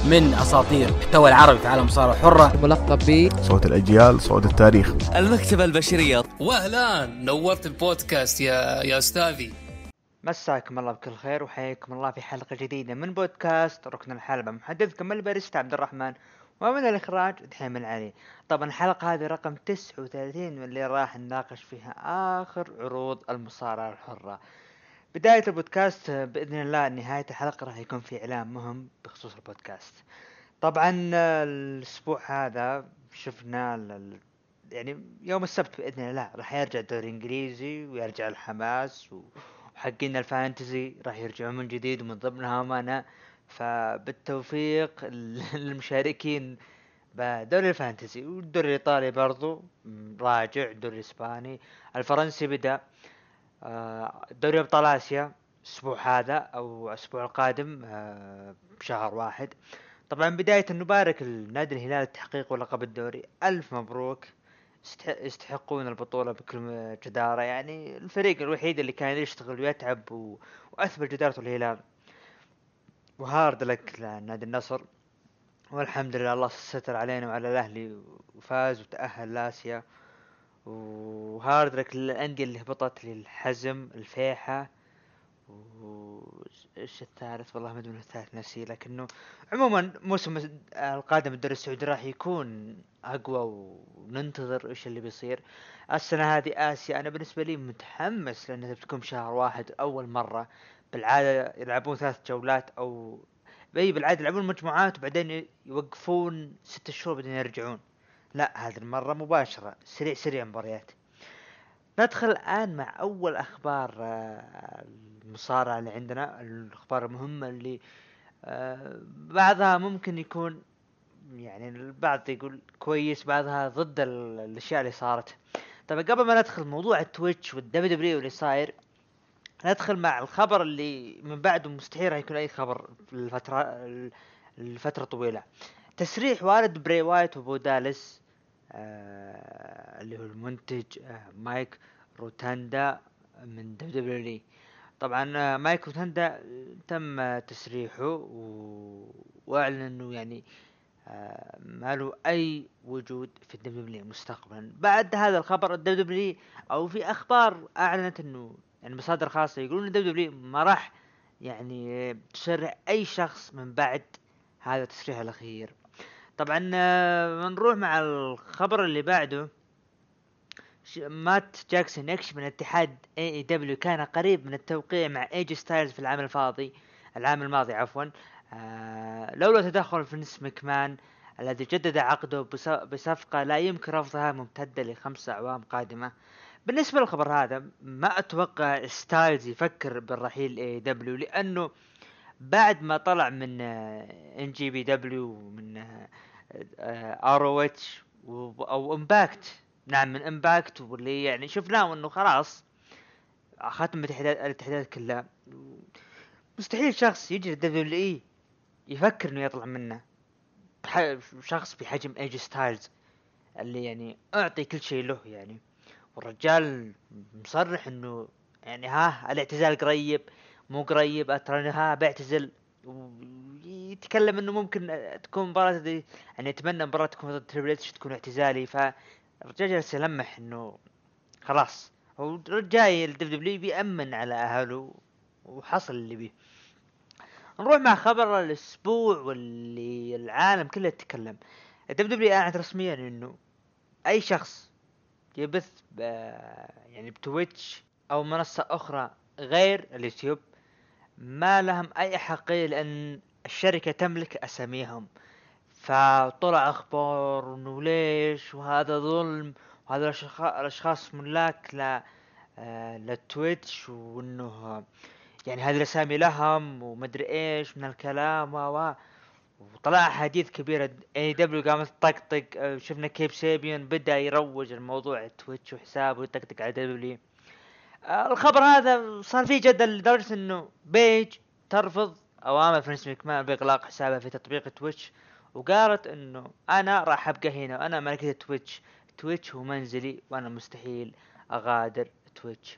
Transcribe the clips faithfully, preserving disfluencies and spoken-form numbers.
من أساطير المحتوى العربي في عالم المصارعة الحرة، ملقب ب صوت الأجيال، صوت التاريخ، المكتبة البشرية. وأهلا، نورت البودكاست يا يا أستاذي. مساكم الله بكل خير وحياكم الله في حلقة جديدة من بودكاست ركن الحلبة. محدثكم الباريستا عبد الرحمن، ومن الإخراج دحيم العلي. طبعا الحلقة هذه رقم تسعة وثلاثين واللي راح نناقش فيها آخر عروض المصارعة الحرة. بداية البودكاست بإذن الله نهاية الحلقة راح يكون في إعلان مهم بخصوص البودكاست. طبعا الأسبوع هذا شفنا ال... يعني يوم السبت بإذن الله راح يرجع الدوري الإنجليزي ويرجع الحماس و... وحقين الفانتزي راح يرجعون من جديد ومن ضمنهم أنا. فبالتوفيق للمشاركين بدوري الفانتزي والدوري الإيطالي برضو راجع، الدوري الإسباني، الفرنسي بدأ، دوري أبطال آسيا الأسبوع هذا أو الأسبوع القادم بشهر واحد. طبعا بداية نبارك النادي الهلال التحقيق ولقب الدوري، ألف مبروك، يستحقون البطولة بكل جدارة. يعني الفريق الوحيد اللي كان يشتغل ويتعب و... وأثبت جدارته الهلال. وهارد لك لنادي النصر، والحمد لله الله ستر علينا وعلى الأهلي وفاز وتأهل لآسيا. وهارد لك الأندية اللي هبطت للحزم، الفيحة، وإيش الثالث والله ما أدري من الثالث نسي. لكنه عموما موسم القادم الدوري السعودي راح يكون أقوى وننتظر إيش اللي بيصير السنة هذه. آسيا أنا بالنسبة لي متحمس لأنها بتكون شهر واحد أول مرة. بالعادة يلعبون ثلاث جولات أو بي بالعادة يلعبون مجموعات وبعدين يوقفون ست شهور بعدين يرجعون. لا، هذه المرة مباشرة سريع سريع مباريات. ندخل الآن مع أول أخبار المصارعة اللي عندنا، الأخبار المهمة اللي بعضها ممكن يكون يعني البعض يقول كويس، بعضها ضد الأشياء اللي صارت. طبعا قبل ما ندخل موضوع التويتش والدبليو دبليو واللي صاير، ندخل مع الخبر اللي من بعده مستحيل راح يكون أي خبر في الفترة الفترة طويلة. تسريح والد بري وايت وبو دالس آه اللي هو المنتج آه مايك روتاندا من دبليو دبليو. طبعا آه مايك روتاندا تم تسريحه و... واعلن انه يعني آه ما له اي وجود في الدبليو دبليو مستقبلا. بعد هذا الخبر الدبليو دبليو او في اخبار اعلنت انه يعني مصادر خاصة يقولون الدبليو دبليو ما راح يعني تسرح اي شخص من بعد هذا التسريح الاخير. طبعا بنروح مع الخبر اللي بعده. مات جاكسون يكشف من اتحاد اي اي دبليو كان قريب من التوقيع مع ايج ستايلز في العام الماضي العام الماضي عفوا آه لولا تدخل فينس مكمان الذي جدد عقده بصفقة لا يمكن رفضها ممتدة لخمس أعوام قادمة. بالنسبة للخبر هذا ما أتوقع ستايلز يفكر بالرحيل اي دبليو، لأنه بعد ما طلع من ان جي بي دبليو من اروتش او امباكت، نعم من امباكت، واللي يعني شفناه انه خلاص ختم الاتحادات كلها. مستحيل شخص يجي للدبليو اي يفكر انه يطلع منه. شخص بحجم ايج ستايلز اللي يعني اعطي كل شيء له يعني، والرجال مصرح انه يعني ها الاعتزال قريب مو قريب، اترى ها بيعتزل، ويتكلم انه ممكن تكون مباراة دي يعني يتمنى مباراة تكون ضد تريبل اتش تكون اعتزالي. فالرجال جالس يلمح انه خلاص هو جاي الدبليو دبليو بيأمن على اهله وحصل اللي بيه. نروح مع خبر الاسبوع واللي العالم كله يتكلم. الدبليو دبليو اعلنت رسميا انه اي شخص يبث يعني بتويتش او منصة اخرى غير اليوتيوب ما لهم اي حقية، لان الشركة تملك اساميهم. فطلع اخبار انه ليش وهذا ظلم وهذا الاشخاص ملاك ل للتويتش، وانه يعني هذه الاسامي لهم ومدري ايش من الكلام و وطلع حديث كبير. اي دبليو قامت تطقطق، شفنا كيف سيبيان بدأ يروج الموضوع تويتش وحسابه يطقطق على دبليو. الخبر هذا صار فيه جدل لدرجة انه بيج ترفض اوامر فرنس ميكمان باغلاق حسابها في تطبيق تويتش، وقالت انه انا راح ابقى هنا وانا ملكة تويتش، تويتش هو منزلي وانا مستحيل اغادر تويتش.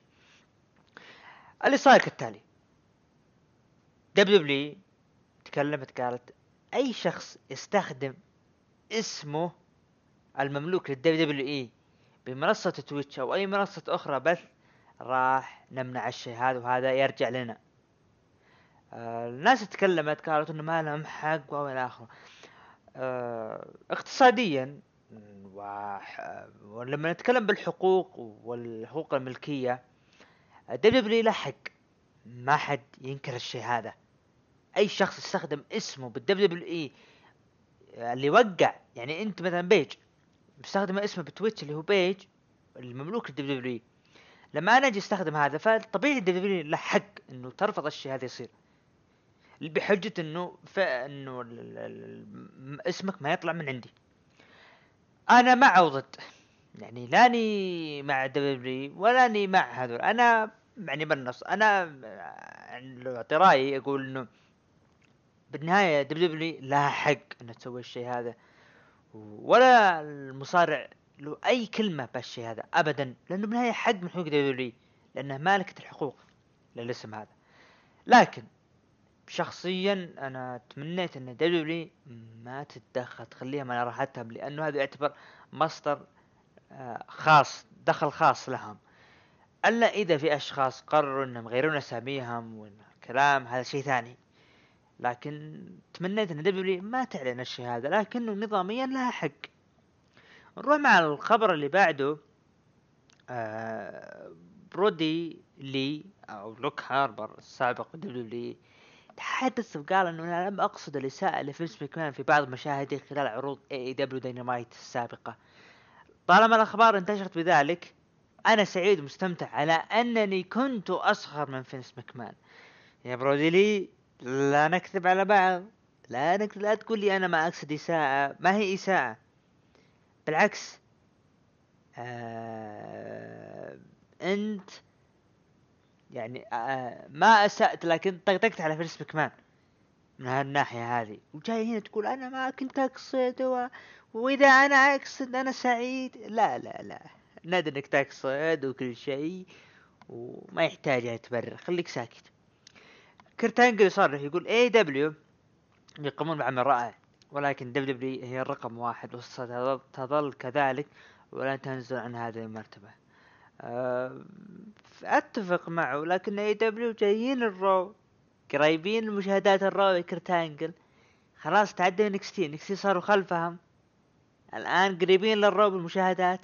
اللي صار كالتالي، دبليو دبليو تكلمت قالت اي شخص يستخدم اسمه المملوك للدبليو دبليو اي بمنصة تويتش او اي منصة اخرى بث راح نمنع الشيء هذا، وهذا يرجع لنا. آه الناس تكلمت قالت انه ما لهم حق والى اخره. آه اقتصاديا وح... ولما نتكلم بالحقوق والحقوق الملكية، الدبليو دبليو له حق، ما حد ينكر الشيء هذا. اي شخص يستخدم اسمه بالدبليو دبليو اي اللي وقع، يعني انت مثلا بيج مستخدم اسمه بتويتش اللي هو بيج المملوك للدبليو دبليو اي، لما انا اجي استخدم هذا فطبيعي الدبليو دبليو له حق انه ترفض الشيء هذا يصير، بحجة انه فانه ال- ال- ال- اسمك ما يطلع من عندي. انا مع او ضد، يعني لاني مع دبليو دبليو ولاني مع هذول، انا يعني بالنص. انا لو اعطي رايي اقول انه بالنهايه دبليو دبليو لها حق انها تسوي الشيء هذا، ولا المصارع له اي كلمه بالشيء هذا ابدا، لانه بالنهايه حق من حقوق دبليو دبليو لانها مالكه الحقوق للاسم هذا. لكن شخصيا انا تمنيت ان دبليو دبليو ما تتدخل، تخليها ما راحتها، لانه هذا يعتبر مصدر آه، خاص، دخل خاص لهم. الا اذا في اشخاص قرروا انهم يغيرون اساميهم والكلام هذا شيء ثاني، لكن تمنيت ان دبليو ما تعلن الشيء هذا، لكنه نظاميا لها حق. نروح مع الخبر اللي بعده. آه برودي لي او لوك هاربر السابق دبليو تحدث وقال انه انا لم اقصد الاساءة لفينس ماكمان في بعض مشاهده خلال عروض اي اي دبليو داينامايت السابقة. طالما الاخبار انتشرت بذلك، انا سعيد ومستمتع على انني كنت اسخر من فينس ماكمان. يا برودي لي، لا نكذب على بعض، لا نكذب، لا تقول لي انا ما اقصد اساءة، ما هي اساءة، بالعكس. آه... انت يعني آه... ما اسأت، لكن طقطقت على فينس ماكمان من هالناحية هذه، وجاي هنا تقول انا ما كنت اقصد و... واذا انا اقصد انا سعيد. لا لا لا، نادي انك تقصد وكل شيء، وما يحتاج ان تبرر، خليك ساكت. كرت انجل يصرح يقول اي دبليو يقومون بعمل رائع، ولكن دبليو دبليو هي الرقم واحد وستظل كذلك ولن تنزل عن هذه المرتبة. أه... اتفق معه، لكن اي دبليو جايين الرو، قريبين المشاهدات الرو. كرت انجل خلاص تعدوا نكستي، نكستي صاروا خلفهم الان قريبين للرو بالمشاهدات،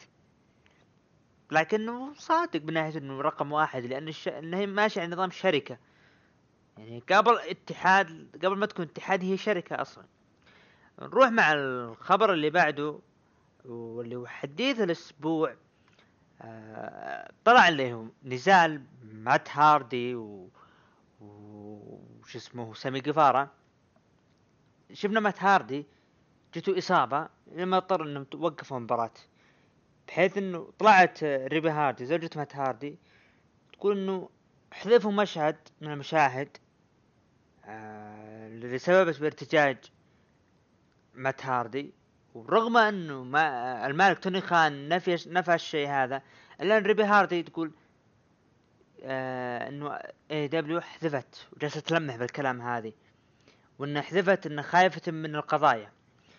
لكنه صادق من ناحيه انه رقم واحد، لان الش... انه ماشي على نظام شركه، يعني قبل اتحاد، قبل ما تكون اتحاد هي شركه اصلا. نروح مع الخبر اللي بعده واللي هو حديث الاسبوع. آه... طلع اللي هو نزال مات هاردي و وش اسمه سامي جيفارا. شفنا مات هاردي جته إصابة لما اضطر انهم توقفوا المباراة، بحيث انه طلعت ريبي هاردي زوجة مات هاردي تقول انه حذفوا مشهد من المشاهد آه اللي سببت بارتجاج مات هاردي، ورغم انه ما المالك توني خان نفي نفى الشيء هذا، الا ان ريبي هاردي تقول آه انه اي دبليو حذفت وجالسة تلمح بالكلام هذه، وانه حذفت انه خايفة من القضايا.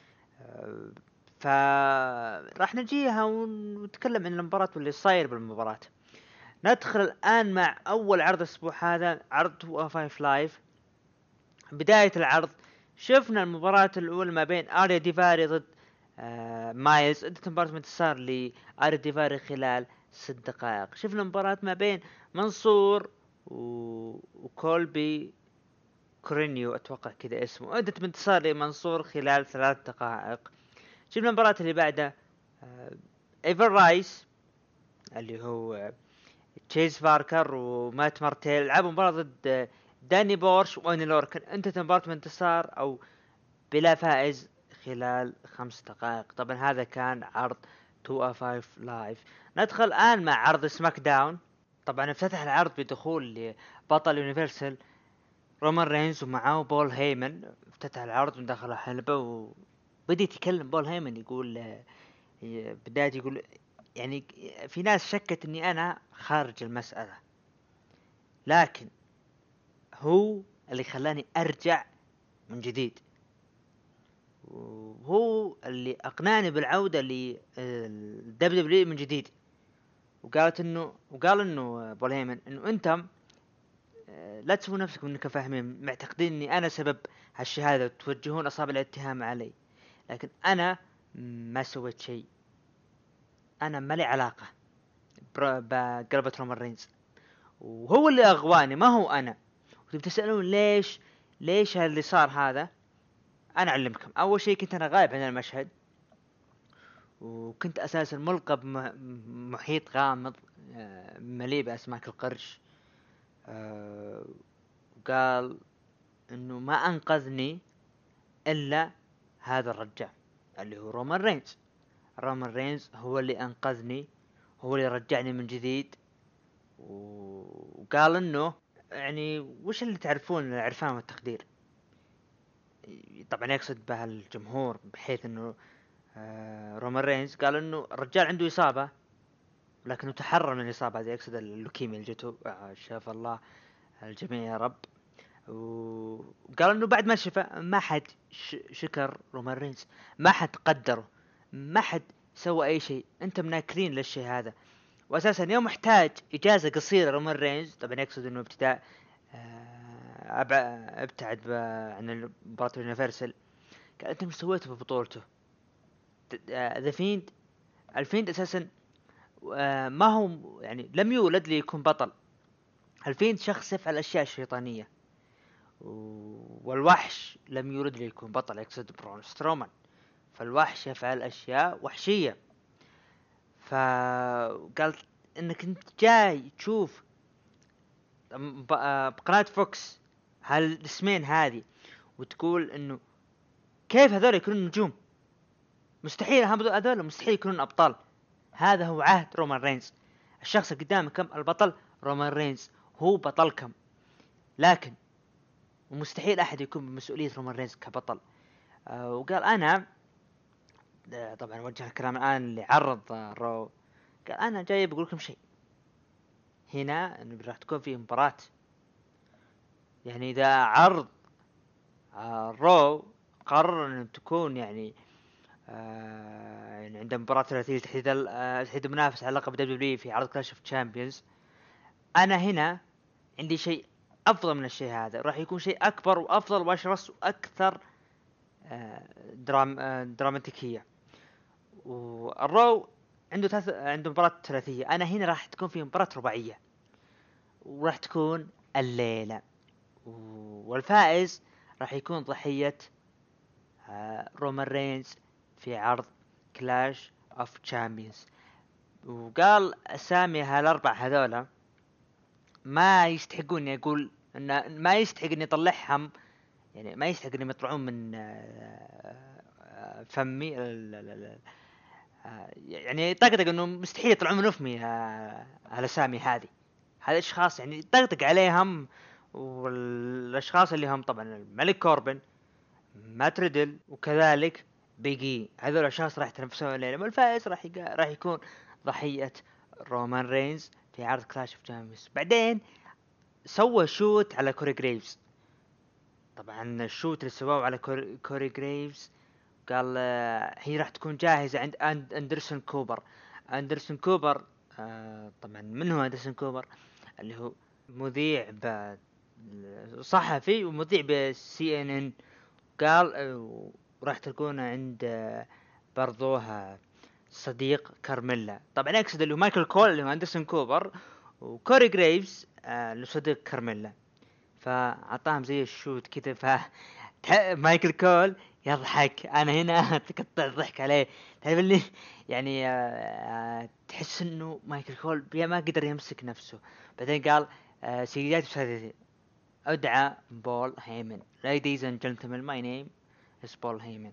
فراح نجيها ونتكلم عن المباراة واللي صاير بالمباراة. ندخل الآن مع أول عرض الأسبوع هذا، عرض تو أو فايف لايف. بداية العرض شفنا المباراة الأولى ما بين آريا ديفاري ضد آه مايلز. ادت مباراة انتصار لآريا ديفاري خلال ست دقائق. شفنا مباراة ما بين منصور و... وكولبي كورينيو اتوقع كذا اسمه، ادت بانتصار لمنصور خلال ثلاث دقائق. شفنا المباراة اللي بعدها آه ايفر رايس اللي هو آه تشيز باركر ومات مارتيل لعبوا مباراة ضد آه داني بورش وأوني لوركن. انتهت المباراة بانتصار او بلا فائز خلال خمس دقائق. طبعا هذا كان عرض تو أو فايف لايف. ندخل الان مع عرض سماك داون. طبعا افتتح العرض بدخول بطل يونيفرسال رومان رينز ومعاه بول هيمن. افتتح العرض من داخل الحلبة وبدأ يتكلم بول هيمن، يقول بداية يقول يعني في ناس شكت اني انا خارج المسألة، لكن هو اللي خلاني ارجع من جديد. وهو اللي اقنعني بالعوده للدبليو دبليو من جديد. وقالت انه وقال انه بول هيمن انه انتم لا تسووا نفسكم انكم فاهمين، معتقدين اني انا سبب هالشهاده وتوجهون اصابع الاتهام علي، لكن انا ما سويت شيء، انا ما لي علاقه بقلبة رومان رينز، وهو اللي اغواني ما هو انا. وتسألون ليش ليش اللي صار هذا؟ انا اعلمكم. اول شيء كنت انا غايب عن المشهد، وكنت اساسا ملقب محيط غامض مليء باسماك القرش. وقال انه ما انقذني الا هذا الرجال اللي هو رومان رينز. رومان رينز هو اللي انقذني، هو اللي رجعني من جديد. وقال انه يعني وش اللي تعرفون العرفان والتقدير، طبعا يقصد به الجمهور، بحيث انه رومان رينز قال انه الرجال عنده اصابة لكنه تحرر من الاصابة هذه، يقصد اللوكيميا اللي جته، شاف الله الجميع يا رب. وقال انه بعد ما شفى ما حد شكر رومان رينز، ما حد قدره، ما حد سوى اي شيء، انتم ناكرين للشيء هذا. واساسا يوم احتاج اجازه قصيره رومان رينز، طبعا يقصد انه ابتداء ابتعد عن مباراة يونيفرسال، قال انت مش سويته في بطولته؟ ذا فيند الفيند اساسا ما هو يعني لم يولد ليكون بطل. الفيند شخص يفعل اشياء شيطانيه، والوحش لم يولد ليكون بطل، يقصد برون سترومان. فالوحش يفعل اشياء وحشيه. فقال انك انت جاي تشوف بقناة فوكس هالاسمين هذه وتقول انه كيف هذول يكونون نجوم؟ مستحيل هذول مستحيل يكونون ابطال. هذا هو عهد رومان رينز، الشخص اللي قدامكم البطل رومان رينز، هو بطلكم، لكن ومستحيل احد يكون بمسؤولية رومان رينز كبطل. آه وقال انا طبعا وجه الكلام الان اللي عرض رو، قال انا جاي بقول لكم شيء هنا، انه راح تكون في مباراة، يعني اذا عرض آه رو قرر ان تكون يعني آه يعني عند مباراة ثلاثية تحديد آه تحديد منافس على لقب دبليو في عرض كلاش اوف تشامبيونز، انا هنا عندي شيء افضل من الشيء هذا، راح يكون شيء اكبر وافضل واشرس واكثر آه درام آه دراماتيكية. والرو عنده ثلاث عنده مباراة ثلاثية، انا هنا راح تكون في مباراة رباعية وراح تكون الليلة، والفائز راح يكون ضحية آه رومان رينز في عرض كلاش اوف تشامبيونز. وقال اسامي هالاربع هذولا ما يستحقون يقول ان ما يستحق ان يطلعهم، يعني ما يستحق ان يطلعون من فمي، يعني طقطق انه مستحيل يطلعون من فمي هالاسامي هذه. هذا اشخاص يعني طقطق عليهم، والاشخاص اللي هم طبعا الملك كوربن، مات ريدل، وكذلك بيجي، هذول الاشخاص راح يتنافسون الليله، والفائز راح يقا... راح يكون ضحيه رومان رينز في عرض كلاش اوف تشامبيونز. بعدين سوى شوت على كوري جريفز، طبعا الشوت اللي سواه على كوري, كوري جريفز قال آه هي راح تكون جاهزه عند أند... اندرسون كوبر. اندرسون كوبر آه طبعا من هو اندرسون كوبر؟ اللي هو مذيع ب صحفي ومذيع بسي ان ان. قال آه راح تكون عند آه برضوها صديق كارميلا، طبعا يقصد اللي هو مايكل كول اللي هو اندرسون كوبر، وكوري جريفز آه لصديق كارميلا. فعطاهم زي الشوت كذا، ف مايكل كول يضحك، انا هنا تقطع الضحك عليه، تعرف اللي يعني آه تحس انه مايكل كول ما قدر يمسك نفسه. بعدين قال آه سيداتي وسادتي ادعى بول هيمن، ladies and gentlemen my name is بول هيمن.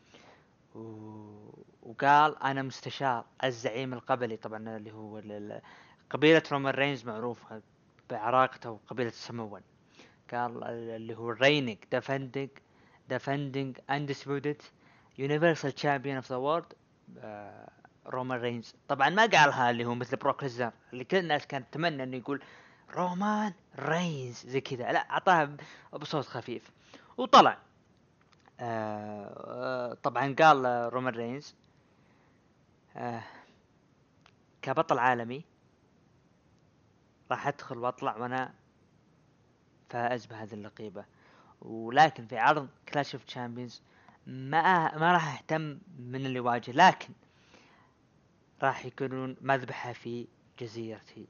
وقال انا مستشار الزعيم القبلي، طبعا اللي هو قبيلة رومان رينز معروفة بعراقته وقبيلة السمون. قال اللي هو الرينج defending defending undisputed universal champion of the world رومان رينز. طبعا ما قالها اللي هو مثل بروك ليزنر اللي كل الناس كانت تتمنى انه يقول رومان رينز زي كذا، لا اعطاها بصوت خفيف. وطلع آه طبعا قال رومان رينز آه كبطل عالمي راح ادخل واطلع وانا فائز بهذه اللقيبة، ولكن في عرض كلاش اوف تشامبيونز ما ما راح اهتم من اللي واجه، لكن راح يكونون مذبحة في جزيرتي.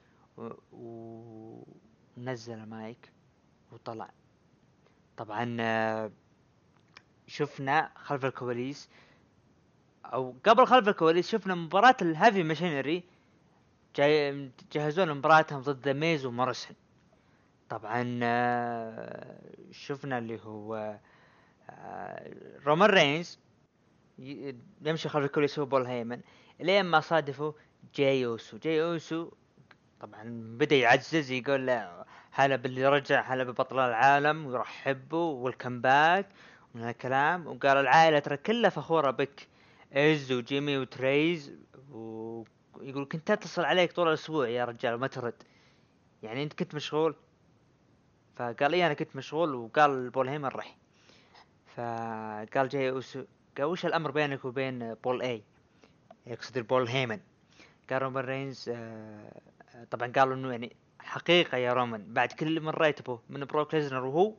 ونزل المايك وطلع. طبعا شفنا خلف الكواليس او قبل خلف الكواليس شفنا مباراة الهافي ماشينري جاي جهزون مباراتهم ضد ميز وموريسون. طبعا شفنا اللي هو رومان رينز يمشي خلف الكواليس هو بول هيمن، لين ما صادفوا جاي اوسو. جاي اوسو طبعا بدأ يعزز، يقول له هلا باللي رجع، هلا ببطل العالم، ويرحب به والكمباك من هالكلام. وقال العائلة ترى كلها فخورة بك، إز وجيمي وتريز، ويقول كنت أتصل عليك طول الأسبوع يا رجال وما ترد، يعني أنت كنت مشغول؟ فقال إيه أنا كنت مشغول. وقال بول هيمن رح. فقال جاي أوسو قال وش الأمر بينك وبين بول اي، يقصد البول هيمن. قال رومان رينز آه طبعا قالوا انه يعني حقيقة يا رومان بعد كل اللي مريت به من بروك ليزنر وهو،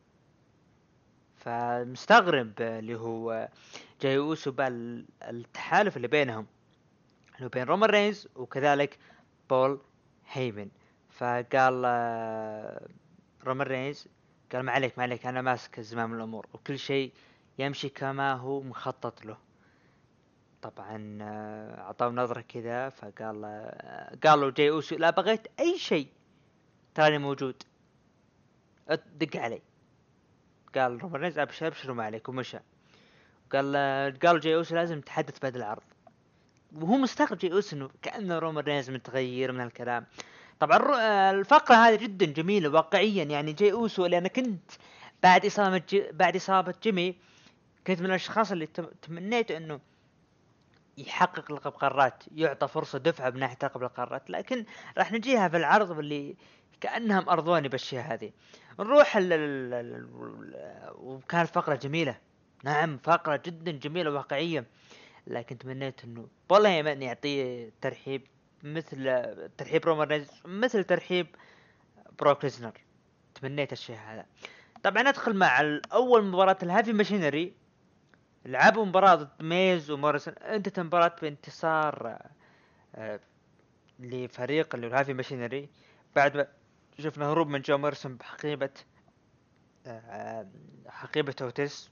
فمستغرب اللي هو جاي اوسو بالتحالف اللي بينهم اللي بين رومان رينز وكذلك بول هيمن. فقال آه رومان رينز قال ما عليك ما عليك انا ماسك زمام الامور وكل شيء يمشي كما هو مخطط له. طبعا اعطاه نظرة كذا. فقال قالوا جاي اوسو لا بغيت اي شيء تراني موجود ادق علي. قال رومان رينز ابشر ابشر ما عليك ومشى. قال قالوا جاي اوسو لازم نتحدث بعد العرض، وهو مستغرب جاي اوسو انه كأنه رومان رينز متغير من الكلام. طبعا الفقرة هذه جدا جميلة واقعيا، يعني جاي اوسو اللي انا كنت بعد اصابة جي بعد اصابة جيمي كنت من الاشخاص اللي تمنيت انه يحقق لقب قارات، يعطى فرصة دفعة بناحية لقب القارات، لكن راح نجيها في العرض واللي كأنهم أرضوني بالشيء هذه. نروح ال ال ال وكانت فقرة جميلة، نعم فقرة جدا جميلة واقعية، لكن تمنيت انه بول هيمن يعطيه ترحيب مثل ترحيب رومان رينز مثل ترحيب بروك ليزنر. تمنيت الشيء هذا. طبعا ندخل مع اول مباراة الهافي ماشينري، لعبوا مباراة ضد ميز وموريسون، انتهت المباراة بانتصار آه لفريق اللي الهافي ماشينري بعد ما شفنا هروب من جو موريسون بحقيبة آه حقيبة اوتس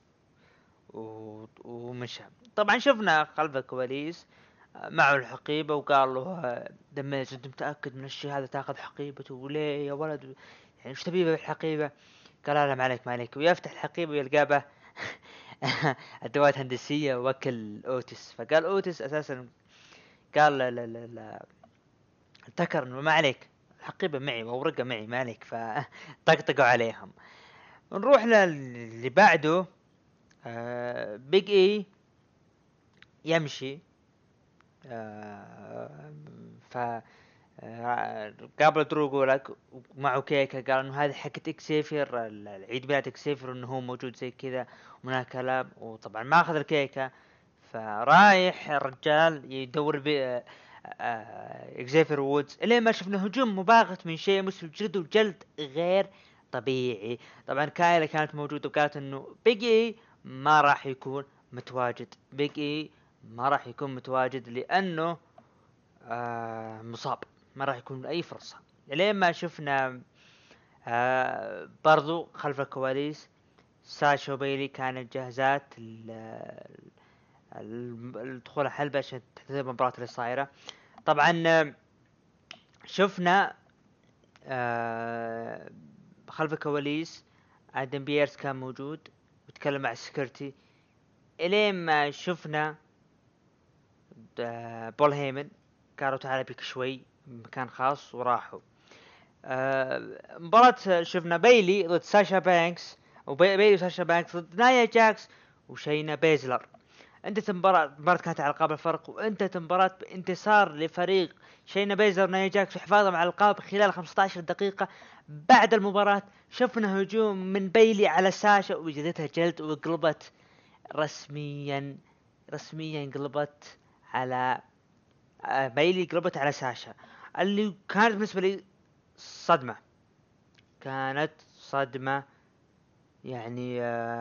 ومشى. طبعا شفنا خلف الكواليس معه الحقيبة وقال له دميز انت متأكد من الشيء هذا تاخذ حقيبته؟ وليه يا ولد يعني ايش تبيه بالحقيبة؟ قال لا ما عليك ما عليك. ويفتح الحقيبة ويلقى به ادوات هندسية وكل اوتس. فقال اوتس اساسا قال لا لا لا, لا. افتكر انه ما عليك الحقيبة معي وورقة معي ما عليك، فطقطقوا عليهم. نروح للي بعده. آه بيج اي يمشي آه ف آه قابل درو لك معه كيكه، قال انه هذه حقت اكسيفير العيد ميلاد اكسيفير انه هو موجود زي كذا ومن كلام. وطبعا ما اخذ الكيكه، فرايح الرجال يدور ب اكسيفير وودز اللي ما شفنا هجوم مباغت من شيء مثل جلد وجلد غير طبيعي. طبعا كايلا كانت موجوده وقالت انه بيجي ما راح يكون متواجد، بيجي ما راح يكون متواجد لانه آه مصاب، ما راح يكون اي فرصه. لين ما شفنا آه برضو خلف الكواليس ساشا وبيلي كانت جاهزات الدخول الحلبة عشان تحتضر المباراة اللي صايرة. طبعا شفنا آه خلف الكواليس ادم بيرس كان موجود وتكلم مع السكيورتي، الين ما شفنا بول هيمن قالوا تعال بيك شوي مكان خاص وراحوا. آه مباراة شفنا بيلي ضد ساشا بانكس، وبيلي وساشا بانكس ضد نايا جاكس وشينا بيزلر. انت مباراة مباراة كانت على القاب الفرق، وانت مباراة بانتصار لفريق شينا بيزر نايا جاكس وحفاظهم على القاب خلال خمسة عشر دقيقة. بعد المباراة شفنا هجوم من بيلي على ساشا وجدتها جلد، وقلبت رسميا رسميا قلبت على آه، بيلي، قلبت على ساشا، اللي كانت بالنسبة لي صدمة، كانت صدمة يعني.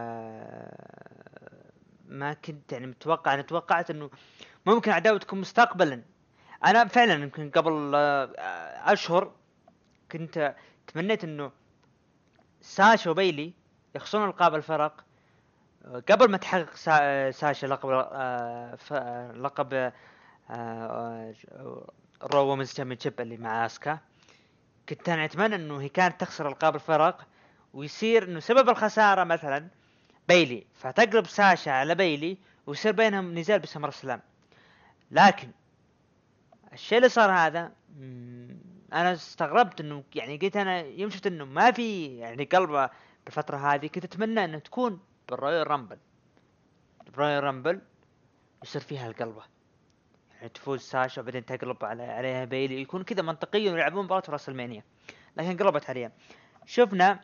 آه، ما كنت يعني متوقع، انا توقعت انه ممكن عداوة تكون مستقبلا. انا فعلا يمكن قبل آه، اشهر كنت تمنيت انه ساشا وبيلي يخسرون القاب الفرق آه، قبل ما تحقق سا- ساشا لقب آه، ف- آه، لقب آه، آه، رو وومنز تشامبيونشيب اللي مع اسكا. كنت انا اتمنى انه هي كانت تخسر القاب الفرق، ويصير انه سبب الخسارة مثلا بيلي، فتقلب ساشا على بيلي ويصير بينهم نزال بسمر سلام. لكن الشيء اللي صار هذا مم، انا استغربت انه يعني قلت انا يوم شفت انه ما في يعني قلبه بالفترة هذه، كنت اتمنى انه تكون بالرويال رامبل. بالرويال رامبل يصير فيها القلبة، يعني تفوز ساشا وبعدين تقلب على عليها بيلي، يكون كذا منطقيا ويلعبون مباراة راس المانيا. لكن قلبت عليها. شفنا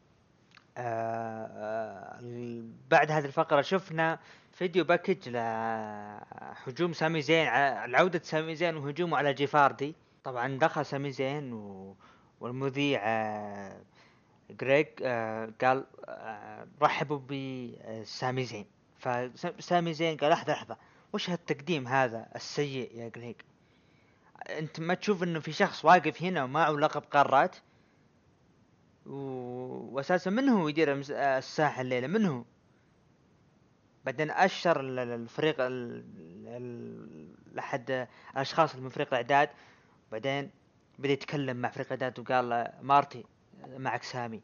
آه آه بعد هذه الفقرة شفنا فيديو باكج لهجوم سامي زين على عودة سامي زين وهجومه على جيفاردي. طبعا دخل سامي زين و... والمذيع آه جريج آه قال آه رحبوا بسامي زين. فسامي زين قال لحظة لحظة، وش هالتقديم هذا السيء يا جريج؟ انت ما تشوف انه في شخص واقف هنا ومعه لقب قارات، و... واساسا منه هو يدير المس- الساحة الليلة منه. بعدين اشر ال- ال- الفريق ال- ال- لحد الاشخاص من فريق الاعداد. بعدين بدا يتكلم مع فريق الاعداد وقال له مارتي معك سامي.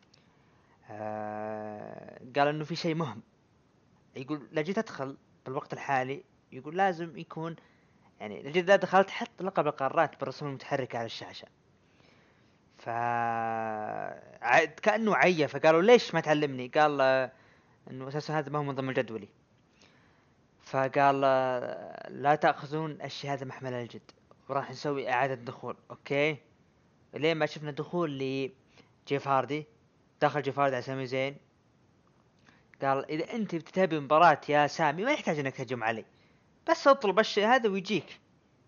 آه قال انه في شيء مهم، يقول لا جيت ادخل بالوقت الحالي، يقول لازم يكون يعني لا جيت دخلت حط لقب القارات بالرسوم المتحركة على الشاشة. ف ع- كأنه عيا، فقالوا ليش ما تعلمني؟ قال آه، انه اساسا هذا ما هو من ضمن جدولي. فقال آه، لا تأخذون الشيء هذا محمل الجد، وراح نسوي إعادة دخول. أوكي، لين ما شفنا دخول لجيف هاردي. دخل جيف هاردي على سامي زين، قال إذا أنت بتتابع مباراة يا سامي ما يحتاج أنك تهجم علي، بس اطلب الشيء هذا ويجيك.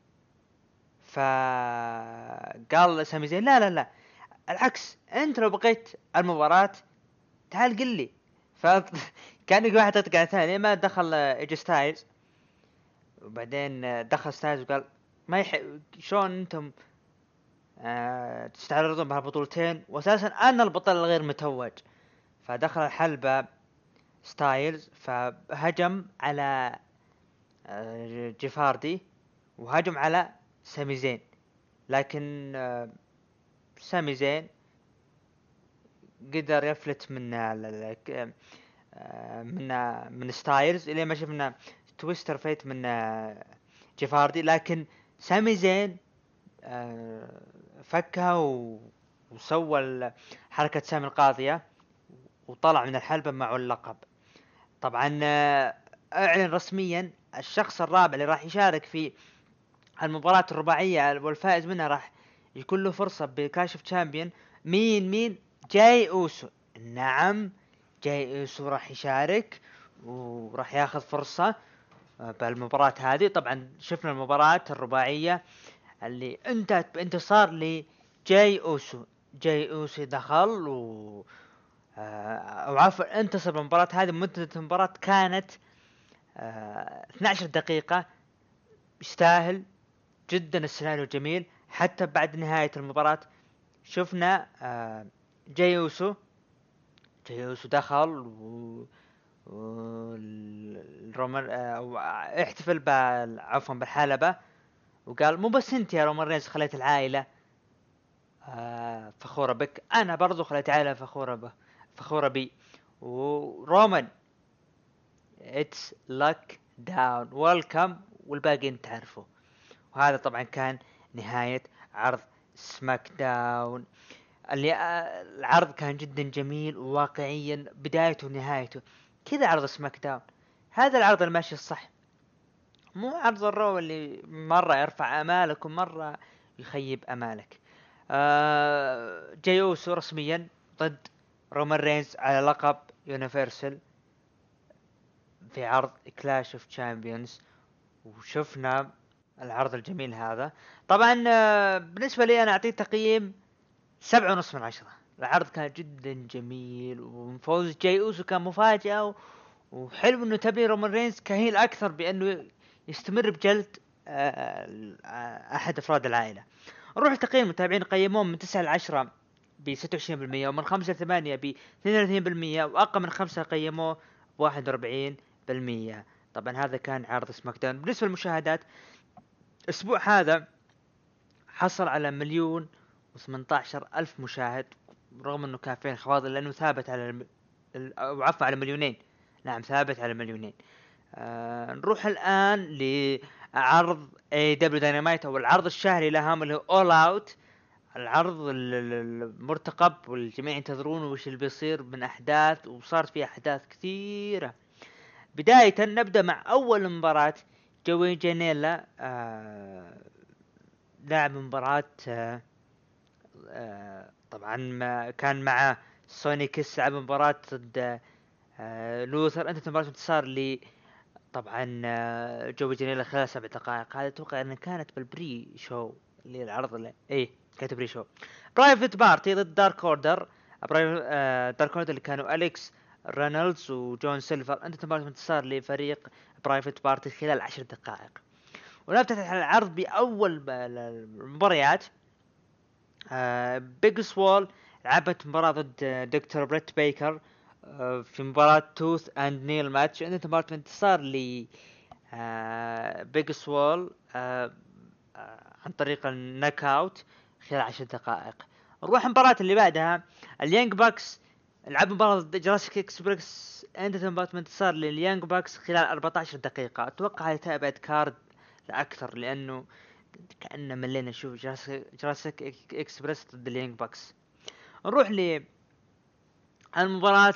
فقال سامي زين لا لا لا، العكس، أنت لو بقيت المباراة تعال قل لي. فكان يقول واحد تقطع ثاني ما دخل ايجي ستايلز. وبعدين دخل ستايلز وقال ما يح... شلون انتم آه... تستعرضون بهالبطولتين واساسا انا البطل الغير متوج. فدخل الحلبة ستايلز فهجم على آه... جيفاردي وهجم على سامي زين. لكن آه... سامي زين قدر يفلت من ال... آه... من آه... من ستايلز الى ما شفنا تويستر فيت من آه... جيفاردي. لكن سامي زين آه، فكها و... وسوى حركة سامي القاضية وطلع من الحلبة معه اللقب. طبعا آه، اعلن رسميا الشخص الرابع اللي راح يشارك في المباراة الرباعية والفائز منها راح يكون له فرصة بكلاش اوف تشامبيون. مين مين جاي اوسو. نعم، جاي اوسو راح يشارك وراح ياخذ فرصة آه، بالمباراة هذه. طبعا شفنا المباراة الرباعية اللي انتهت بانتصار لجاي اوسو. جاي اوسو دخل و آه، او عفوا انتصر بالمباراة هذه. مدة المباراة كانت آه، اثنتي عشرة دقيقة. يستاهل جدا، السيناريو جميل. حتى بعد نهاية المباراة شفنا آه، جاي اوسو. جاي اوسو دخل و الرومان او احتفل بال عفوا بالحلبة وقال مو بس انت يا رومان رينز خليت العائلة آه فخورة بك، انا برضو خليت عائلة فخورة به فخورة بي. ورومان اتس لك داون ويلكم، والباقي انت تعرفه. وهذا طبعا كان نهاية عرض سماك داون. اللي آه العرض كان جدا جميل وواقعيا بدايته ونهايته كذا. عرض سماك داون هذا العرض الماشي الصح، مو عرض الرو اللي مرة يرفع امالك ومرة يخيب امالك. آه جاي اوسو رسميا ضد رومان رينز على لقب يونيفرسال في عرض كلاش اوف تشامبيونز، وشفنا العرض الجميل هذا. طبعا آه بالنسبة لي انا اعطيه تقييم سبعة ونص من عشرة. العرض كان جدا جميل، وفوز جاي اوسو كان مفاجأة، وحلو انه تبني رومان رينز كهيل اكثر بانه يستمر بجلد احد افراد العائله. نروح لتقييم المتابعين، قيموه من تسعة ل عشرة ب ستة وعشرين بالمئة، ومن خمسة ل ثمانية ب اثنين وثلاثين بالمئة، واقل من خمسة قيموه ب واحد وأربعين بالمئة. طبعا هذا كان عرض سماك داون. بالنسبه للمشاهدات الاسبوع هذا حصل على مليون وثمانية عشر الف مشاهد، رغم انه كان فيه انخفاض لانه ثابت على الم... او عفوا على مليونين. نعم ثابت على مليونين. آه نروح الآن لعرض اي دبليو داينامايت، او العرض الشهري لهم اللي هو اول اوت، العرض المرتقب والجميع ينتظرونه وش اللي بيصير من احداث، وصارت فيه احداث كثيرة. بداية نبدأ مع اول مباراة، جوي جانيلا آه لاعب مباراة آه آه طبعا ما كان مع سونيكس، لعب مباراة ضد آه لوثر. انت مباراة انتصار لي طبعا آه جوي جانيلا خلال سبع دقائق. هذا اتوقع انها كانت بالبري شو اللي العرض اللي ايه كانت بري شو. برايفت بارتي ضد دارك اوردر. آه دارك اوردر اللي كانوا اليكس رينولدز وجون سيلفر. انت مباراة انتصار لفريق برايفت بارتي خلال عشر دقائق. ونفتتح العرض باول المباريات. آه بيج سوال لعبت مباراة ضد دكتور بريت بيكر آه في مباراة توث اند نيل ماتش. عندنا مباراة انتصار ل آه بيج سوال آه آه عن طريق النك اوت خلال عشر دقائق. نروح المباراة اللي بعدها، اليانج باكس لعبوا مباراة ضد جراسيك اكسبريس. عندنا مباراة انتصار لليانج باكس خلال أربعة عشر دقيقة. اتوقع هذه تابعت كارد اكثر لانه كأننا ملينا نشوف جراسيك اكسبريس ضد اليانج باكس. نروح ل المباراة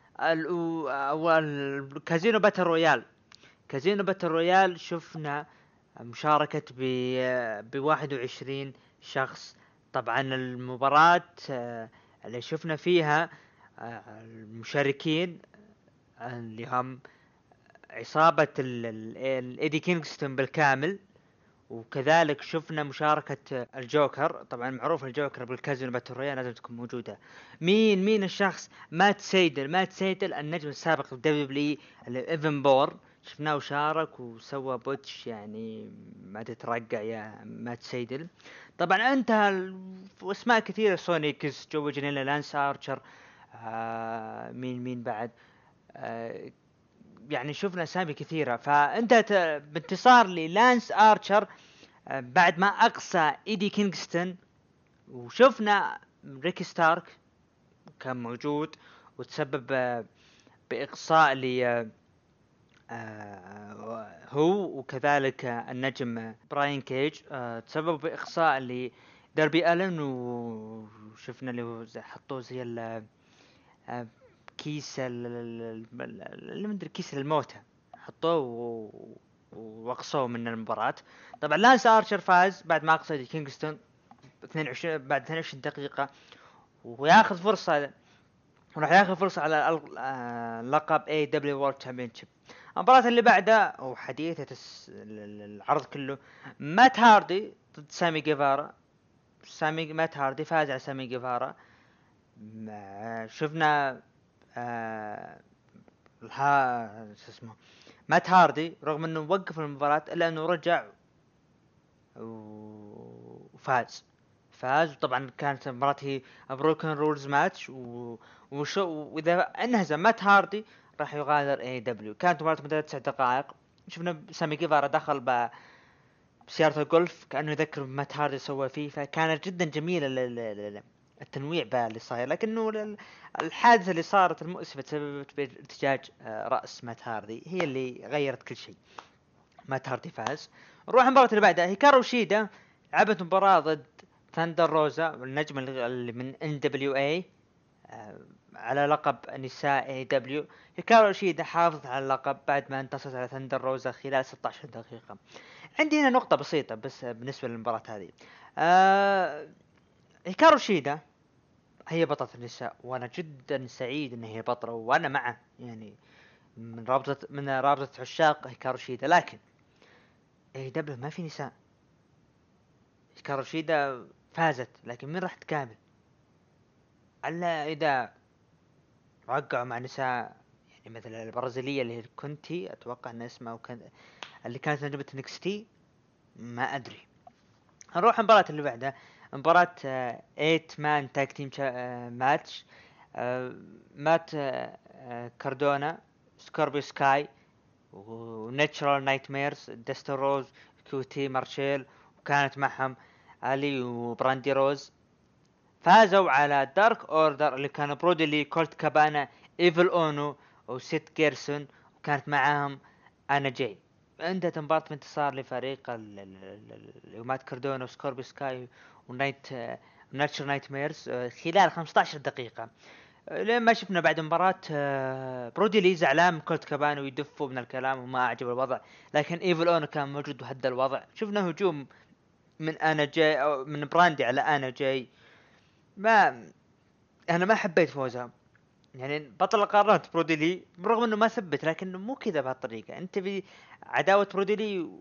الكازينو باتل رويال. كازينو باتل رويال شفنا مشاركة ب واحد وعشرين شخص. طبعا المباراة اللي شفنا فيها المشاركين اللي هم عصابة الايدي كينغستون بالكامل، وكذلك شفنا مشاركة الجوكر. طبعا معروف الجوكر بالكازينو باتل رويال لازم تكون موجودة. مين مين الشخص؟ مات سيدل. مات سيدل النجم السابق في دبليو دبليو اي ايفن بور، شفناه وشارك وسوى بوتش يعني ما تترقع يا مات سيدل. طبعا انتهى اسماء كثيرة، سونيكس، جو جانيلا، لانس ارشر، آه مين مين بعد آه يعني شفنا اسامي كثيرة. فانتهت بانتصار للانس ارشر بعد ما اقصى ايدي كينغستون. وشفنا ريكي ستارك كان موجود وتسبب باقصاء ل هو، وكذلك النجم براين كيج تسبب باقصاء لدربي الن. وشفنا اللي هو حطوه زي ال كيس اللي مدري كيس الموتى، حطوه واقصوه من المباراة. طبعا لانس ارشر فاز بعد ما اقصى كينغستون اثنين وعشرين بعد اثنين وعشرين دقيقة، وياخذ فرصة وراح ياخذ فرصة على لقب اي دبليو وورلد تشامبيونشيب. المباراة اللي بعدها وحديثة العرض كله، مات هاردي ضد سامي جيفارا. سامي مات هاردي فاز على سامي جيفارا. شفنا آه ها اسمه مات هاردي رغم انه وقف المباراة الا انه رجع وفاز فاز وطبعا كانت المباراة هي بروكن رولز ماتش. وشو واذا انهزم مات هاردي راح يغادر اي دبليو. كانت مباراة مدة تسع دقائق. شفنا سامي جيفارا دخل ب بسيارة الجولف كأنه يذكر مات هاردي سوى فيه، فكانت جدا جميلة التنويع باللي صاير. لكنه الحادثة اللي صارت المؤسفة تسببت بارتجاج رأس مات هاردي هي اللي غيرت كل شيء. مات هاردي فاز. نروح المباراة اللي بعدها، هيكارو شيدا لعبت مباراة ضد ثاندر روزا النجم اللي من ان دبليو اي. على لقب نساء اي دبليو. هيكارو شيدا حافظ على اللقب بعد ما انتصرت على ثندر روزا خلال ستة عشر دقيقة. عندي هنا نقطة بسيطة بس بالنسبة للمباراة هذه. آه هيكارو شيدا هي بطلة النساء وانا جدا سعيد ان هي بطلة وانا معه، يعني من رابطة من رابطة عشاق هيكارو شيدا. لكن اي دبليو ما في نساء. هيكارو شيدا فازت لكن مين راح تكامل؟ الا اذا وقعوا مع نساء، يعني مثلا البرازيلية اللي هي كونتي اتوقع ان اسمها وكان اللي كانت نجمة نكستي، ما ادري. نروح المباراة اللي بعدها، مباراة ايت مان تاك تيم ماتش. مات آه، آه، كاردونا، سكوربيو سكاي، وناتشرال نايت ميرز، دستر روز، كيوتي مارشيل، وكانت معهم الي وبراندي روز. فازوا على دارك اوردر اللي كانوا برودلي، كولت كابانا، ايفل اونو، وسيت جيرسون، وكانت معاهم انا جاي. انتهت مباراة بانتصار لفريق مات كاردونا وسكوربي سكاي ونايت ناتشر نايت ميرز خلال خمسة عشر دقيقة. لين ما شفنا بعد مباراة برودلي زعلان من كولت كابانا ويدفوا من الكلام وما اعجب الوضع، لكن ايفل اونو كان موجود وهدى الوضع. شفنا هجوم من انا جاي او من براندي على انا جاي. ما انا ما حبيت فوزها، يعني بطل القارات بروديلي برغم انه ما ثبت، لكنه مو كذا بهالطريقه. انت في عداوه بروديلي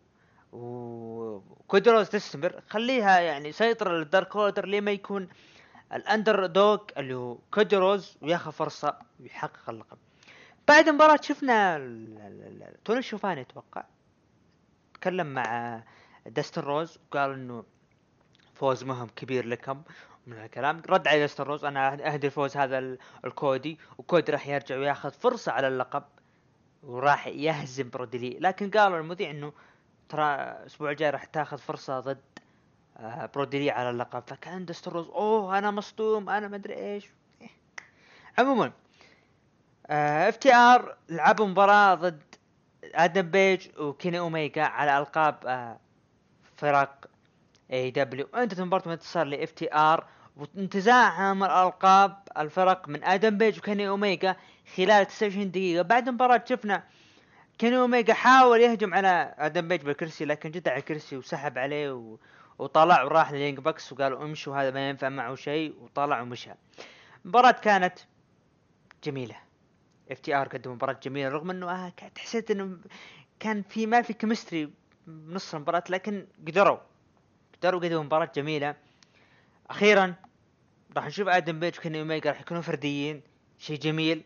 وكودروز تستمر، خليها يعني سيطره للدارك اوردر لما يكون الاندر دوغ اللي هو كودروز وياخذ فرصه ويحقق اللقب. بعد مباراة شفنا توني شوفاني اتوقع تكلم مع داستن روز وقال انه فوز مهم كبير لكم من الكلام. رد على داستن روز انا اهدي الفوز هذا الكودي، وكودي راح يرجع وياخذ فرصة على اللقب وراح يهزم برودلي. لكن قالوا المذيع انه ترى الاسبوع الجاي راح تاخذ فرصة ضد برودلي على اللقب. فكان داستن روز اوه انا مصدوم انا ما ادري ايش. عموما اف تي ار لعبوا مباراة ضد ادم بيج وكيني اوميجا على القاب آه فرق اي دبليو. انتهت مباراة انتصار لاف تي ار وانتزاعهم الالقاب الفرق من ادم بيج وكيني اوميجا خلال تسعة وعشرين دقيقة. بعد المباراة شفنا كيني اوميجا حاول يهجم على ادم بيج بالكرسي لكن جدع الكرسي وسحب عليه و... وطلع وراح للينج باكس وقالوا امشوا هذا ما ينفع معه شيء، وطلع ومشى. المباراة كانت جميلة، اف تي ار قدموا مباراة جميلة رغم انه آه حسيت انه كان في ما في كيمستري بنص المباراة، لكن قدروا قدروا قدموا مباراة جميلة. اخيرا راح نشوف ادم بيج وكيني اوميجا راح يكونوا فرديين، شيء جميل.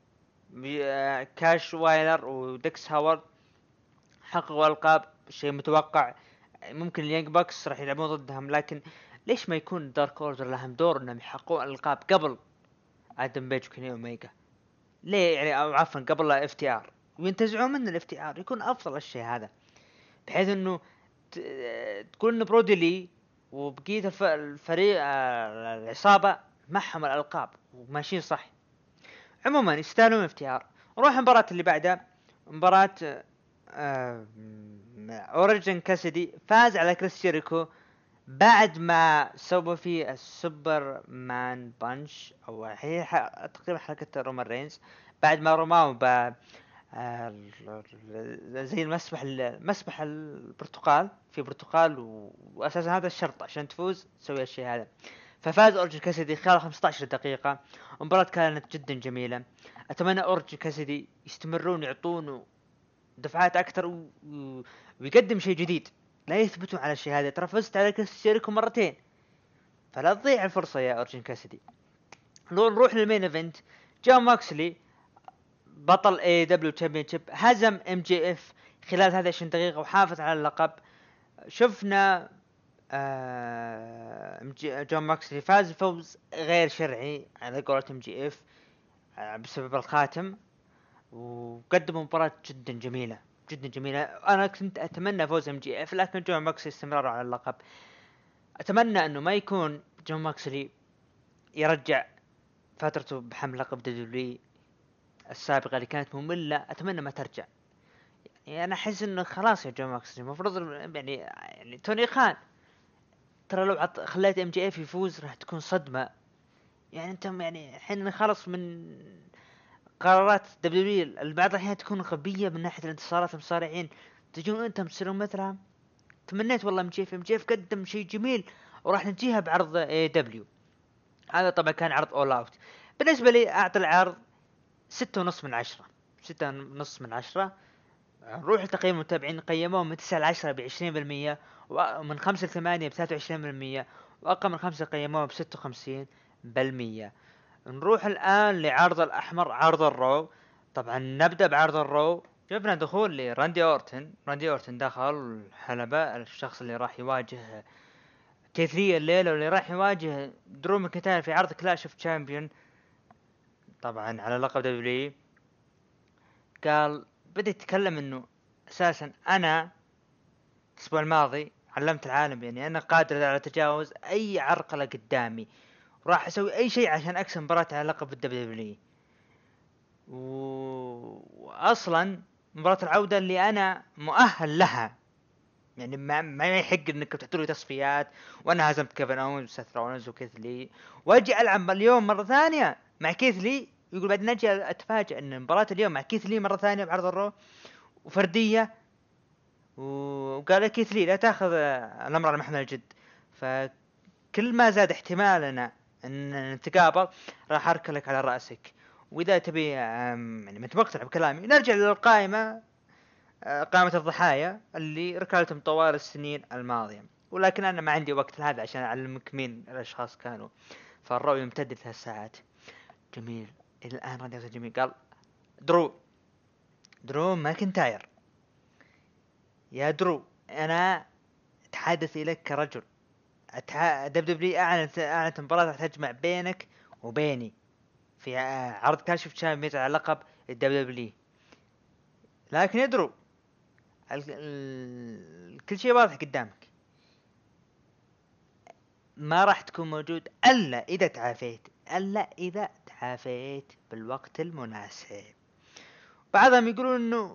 كاش وايلر وديكس هاورد حققوا القاب، شيء متوقع. ممكن اليانج باكس راح يلعبون ضدهم، لكن ليش ما يكون دارك اوردر لهم دور انهم يحققون القاب قبل ادم بيج وكيني اوميجا؟ ليه يعني؟ او عفوا قبل اف تي ار، وينتزعون من الاف تي ار. يكون افضل الشيء هذا بحيث انه تكون برودلي وبقية الف... الفريق العصابة معهم الألقاب وماشيين صح. عموما يستاهلون اف تي ار. نروح المباراة اللي بعدها، مباراة آه... اوريجن كاسيدي فاز على كريس جيريكو بعد ما سوى فيه السوبر مان بانش، او هي ح... تقريبا حركة رومان رينز بعد ما رماه ب زي المسبح المسبح البرتقال في برتقال، واساسا هذا الشرط عشان تفوز تسوي الشيء هذا. ففاز اورجن كاسيدي خلال خمسة عشر دقيقة. المباراة كانت جدا جميلة. اتمنى اورجن كاسيدي يستمرون يعطونه دفعات اكثر و... ويقدم شيء جديد، لا يثبتون على الشيء هذا. ترى فزت على كريس جيريكو مرتين فلا تضيع الفرصة يا اورجن كاسيدي. نروح للمين ايفنت. جون ماكسلي بطل اي دبليو تشامبيونشيب هزم ام جي اف خلال هذه عشرين دقيقة وحافظ على اللقب. شفنا آه جون ماكسلي فاز فوز غير شرعي على قولة ام جي اف آه بسبب الخاتم، وقدموا مباراة جدا جميلة جدا جميلة. انا كنت اتمنى فوز ام جي اف لكن جون ماكسلي استمرار على اللقب. اتمنى انه ما يكون جون ماكسلي يرجع فترته بحمل لقب دبليو السابقة اللي كانت مملة. اتمنى ما ترجع. يعني انا احس انه خلاص يا جون ماكسلي المفروض يعني يعني توني خان ترى لو عط خليت ام جي اف يفوز راح تكون صدمة يعني انت يعني الحين نخلص من قرارات دبليو دبليو اللي بعض الأحيان تكون غبية من ناحية الانتصارات المصارعين، تجون انتم تصيرون مثلها. تمنيت والله مجيف مجيف قدم شيء جميل وراح نجيها بعرض اي دبليو. هذا طبعا كان عرض اول اوت. بالنسبة لي اعطي العرض ستة ونص من عشرة. ستة ونص من عشرة. نروح لتقييم المتابعين، قيموه من تسعة لعشرة بعشرين بالمية، ومن خمسة لثمانية بثلاثة وعشرين بالمية، وأقل من خمسة قيموه بستة وخمسين بالمية. نروح الآن لعرض الأحمر، عرض الرو. طبعا نبدأ بعرض الرو. شفنا دخول لراندي أورتن. راندي أورتن دخل الحلبة، الشخص اللي راح يواجه كيثري الليلة، واللي راح يواجه درو ماكنتاير في عرض كلاش اوف تشامبيون، طبعا على لقب دبليو. قال بدأ يتكلم انه اساسا انا الاسبوع الماضي علمت العالم يعني انا قادر على تجاوز اي عرقلة قدامي، وراح اسوي اي شيء عشان اكسب مباراة على لقب الدبليو دبليو. واصلا مباراة العودة اللي انا مؤهل لها، يعني ما ما يحق انك تحطوا لي تصفيات وانا هزمت كيفن اونز وسيث رولينز وكيث لي، واجي العب اليوم مرة ثانية مع كيث لي. يقول بعد نجي اتفاجئ ان مباراة اليوم مع كيث لي مرة ثانية بعرض الرو وفردية، وقال كيث لي لا تاخذ الامر على محمل الجد. فكل ما زاد احتمالنا ان نتقابل راح اركلك على راسك. واذا تبي يعني ما مقتنع بكلامي نرجع للقائمه، قائمه الضحايا اللي ركلتهم طوال السنين الماضيه. ولكن انا ما عندي وقت لهذا عشان اعلمك مين الاشخاص كانوا. فالرؤيه يمتد ثلاث ساعات. جميل الى الان راديو جميل. قال درو درو ماكنتاير، يا درو انا اتحدث اليك كرجل. أتح... دبليو اعلنت اعلنت مباراة تجمع بينك وبيني في عرض كلاش اوف تشامبيونز على لقب الدبليو دبليو. لكن يا درو ال... ال... كل شيء واضح قدامك، ما راح تكون موجود الا اذا تعافيت، الا اذا تعافيت بالوقت المناسب. بعضهم يقولون انه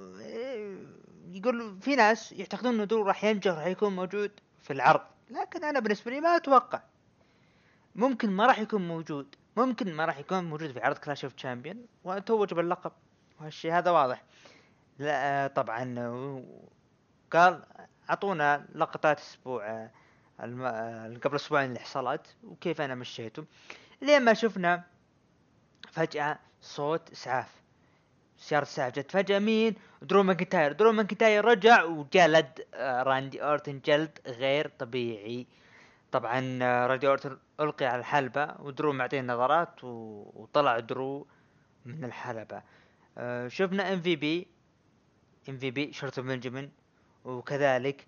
يقول في ناس يعتقدون انه درو راح ينجح، راح يكون موجود في العرض، لكن انا بالنسبه لي ما اتوقع. ممكن ما راح يكون موجود، ممكن ما راح يكون موجود في عرض كلاش اوف تشامبيون وتوج باللقب، وهالشيء هذا واضح. لا طبعا قال اعطونا لقطات اسبوع الم... قبل اسبوعين اللي حصلت وكيف انا مشيته، لين ما شفنا فجأة صوت اسعاف، سيارة اسعاف جت فجأة. مين؟ درو ماكنتاير. درو ماكنتاير رجع وجلد راندي اورتن جلد غير طبيعي. طبعا راندي اورتن القي على الحلبة ودرو معطيه نظرات وطلع درو من الحلبة. شفنا ام في بي ام في بي شرطة بنجمن، وكذلك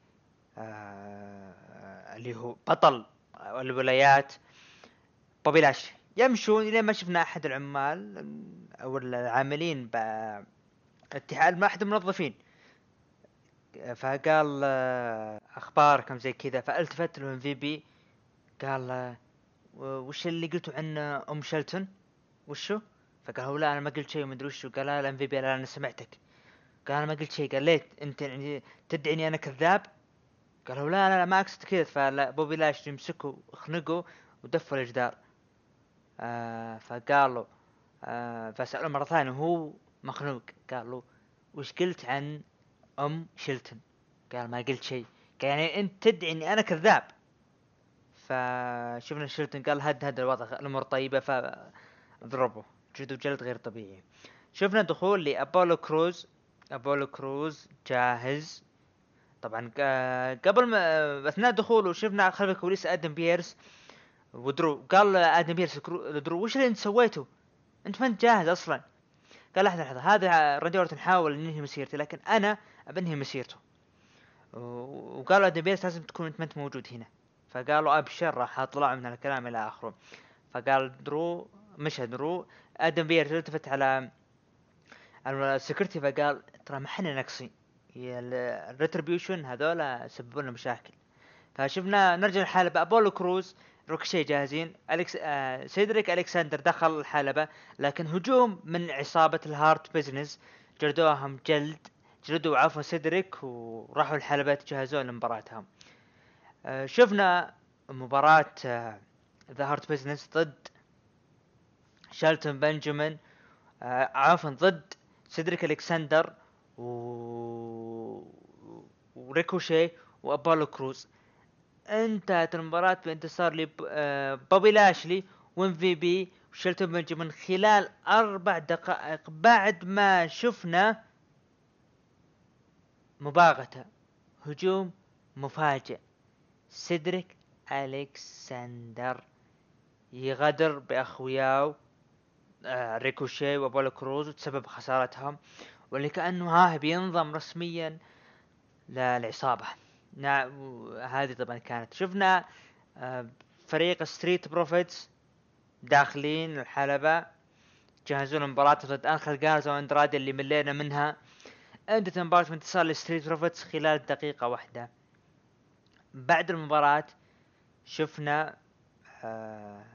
اللي هو بطل الولايات بوبي لاشلي يمشون الى ما شفنا احد العمال او العاملين باتحاد ما احد الموظفين، فقال اخباركم زي كذا. فالتفت له ام في بي قال وش اللي قلتوا عن ام شلتون وشو؟ فقال لا انا ما قلت شيء ومدري وشو. قال لا ام في بي لا انا سمعتك. قال انا ما قلت شيء. قال ليه انت يعني تدعي اني انا كذاب؟ قالوا لا لا, لا ما اقصد كذا. فبوبي لاش يمسكه خنقه ودفه الجدار. آه فقالوا آه فسألوا مرة ثانية هو مخنوق، قالوا وش قلت عن ام شلتون؟ قال ما قلت شيء. قال يعني انت تدعي اني انا كذاب؟ فشفنا شلتون قال هد هد الوضع الامور طيبة فضربه جلد جلد غير طبيعي. شفنا دخول لابولو كروز. ابولو كروز جاهز طبعا. قبل ما اثناء دخوله شفنا خلف الكواليس ادم بيرس ودرو. قال ادم بيرس درو وش اللي انت سويته؟ انت ما انت جاهز اصلا. قال لحظه لحظه هذا راندي اورتن حاول انهي مسيرتي لكن انا ابنهي مسيرته. وقالوا ادم بيرس لازم تكون انت ما انت موجود هنا. فقالوا ابشر راح اطلع من الكلام الى اخره. فقال درو مشى درو. ادم بيرس التفت على السكرتي فقال ترى ما احنا ناقصين، الريتريبيوشن هذولا سببوا لنا مشاكل. فشفنا نرجع الحلبة ابولو كروز روكشي جاهزين. أليكس آه سيدريك الكسندر دخل الحلبة لكن هجوم من عصابة الهارت بيزنس جلدوهم جلد جلدوا عفوا سيدريك وراحوا الحلبة جهزوا لمباراتهم. آه شفنا مباراة ذا هارت بيزنس ضد شالتون بنجامين آه عفوا ضد سيدريك الكسندر و... وريكوشي وابولو كروز. انتهت المباراة بانتصار لي آه بوبي لاشلي وام في بي وشيلتون بنجامين خلال اربع دقائق، بعد ما شفنا مباغتة هجوم مفاجئ. سيدريك الكسندر يغدر باخوياه آه ريكوشي وابولو كروز وتسبب خسارتهم، واللي كأنه ها بينضم رسميا للعصابة. نعم هذه طبعا كانت شفنا آه فريق ستريت بروفيتس داخلين الحلبة جهزون المباراة ضد انخل جارزا واندرادي اللي ملينا منها. انتهت المباراة بانتصار لستريت بروفيتس خلال دقيقة واحدة. بعد المباراة شفنا آه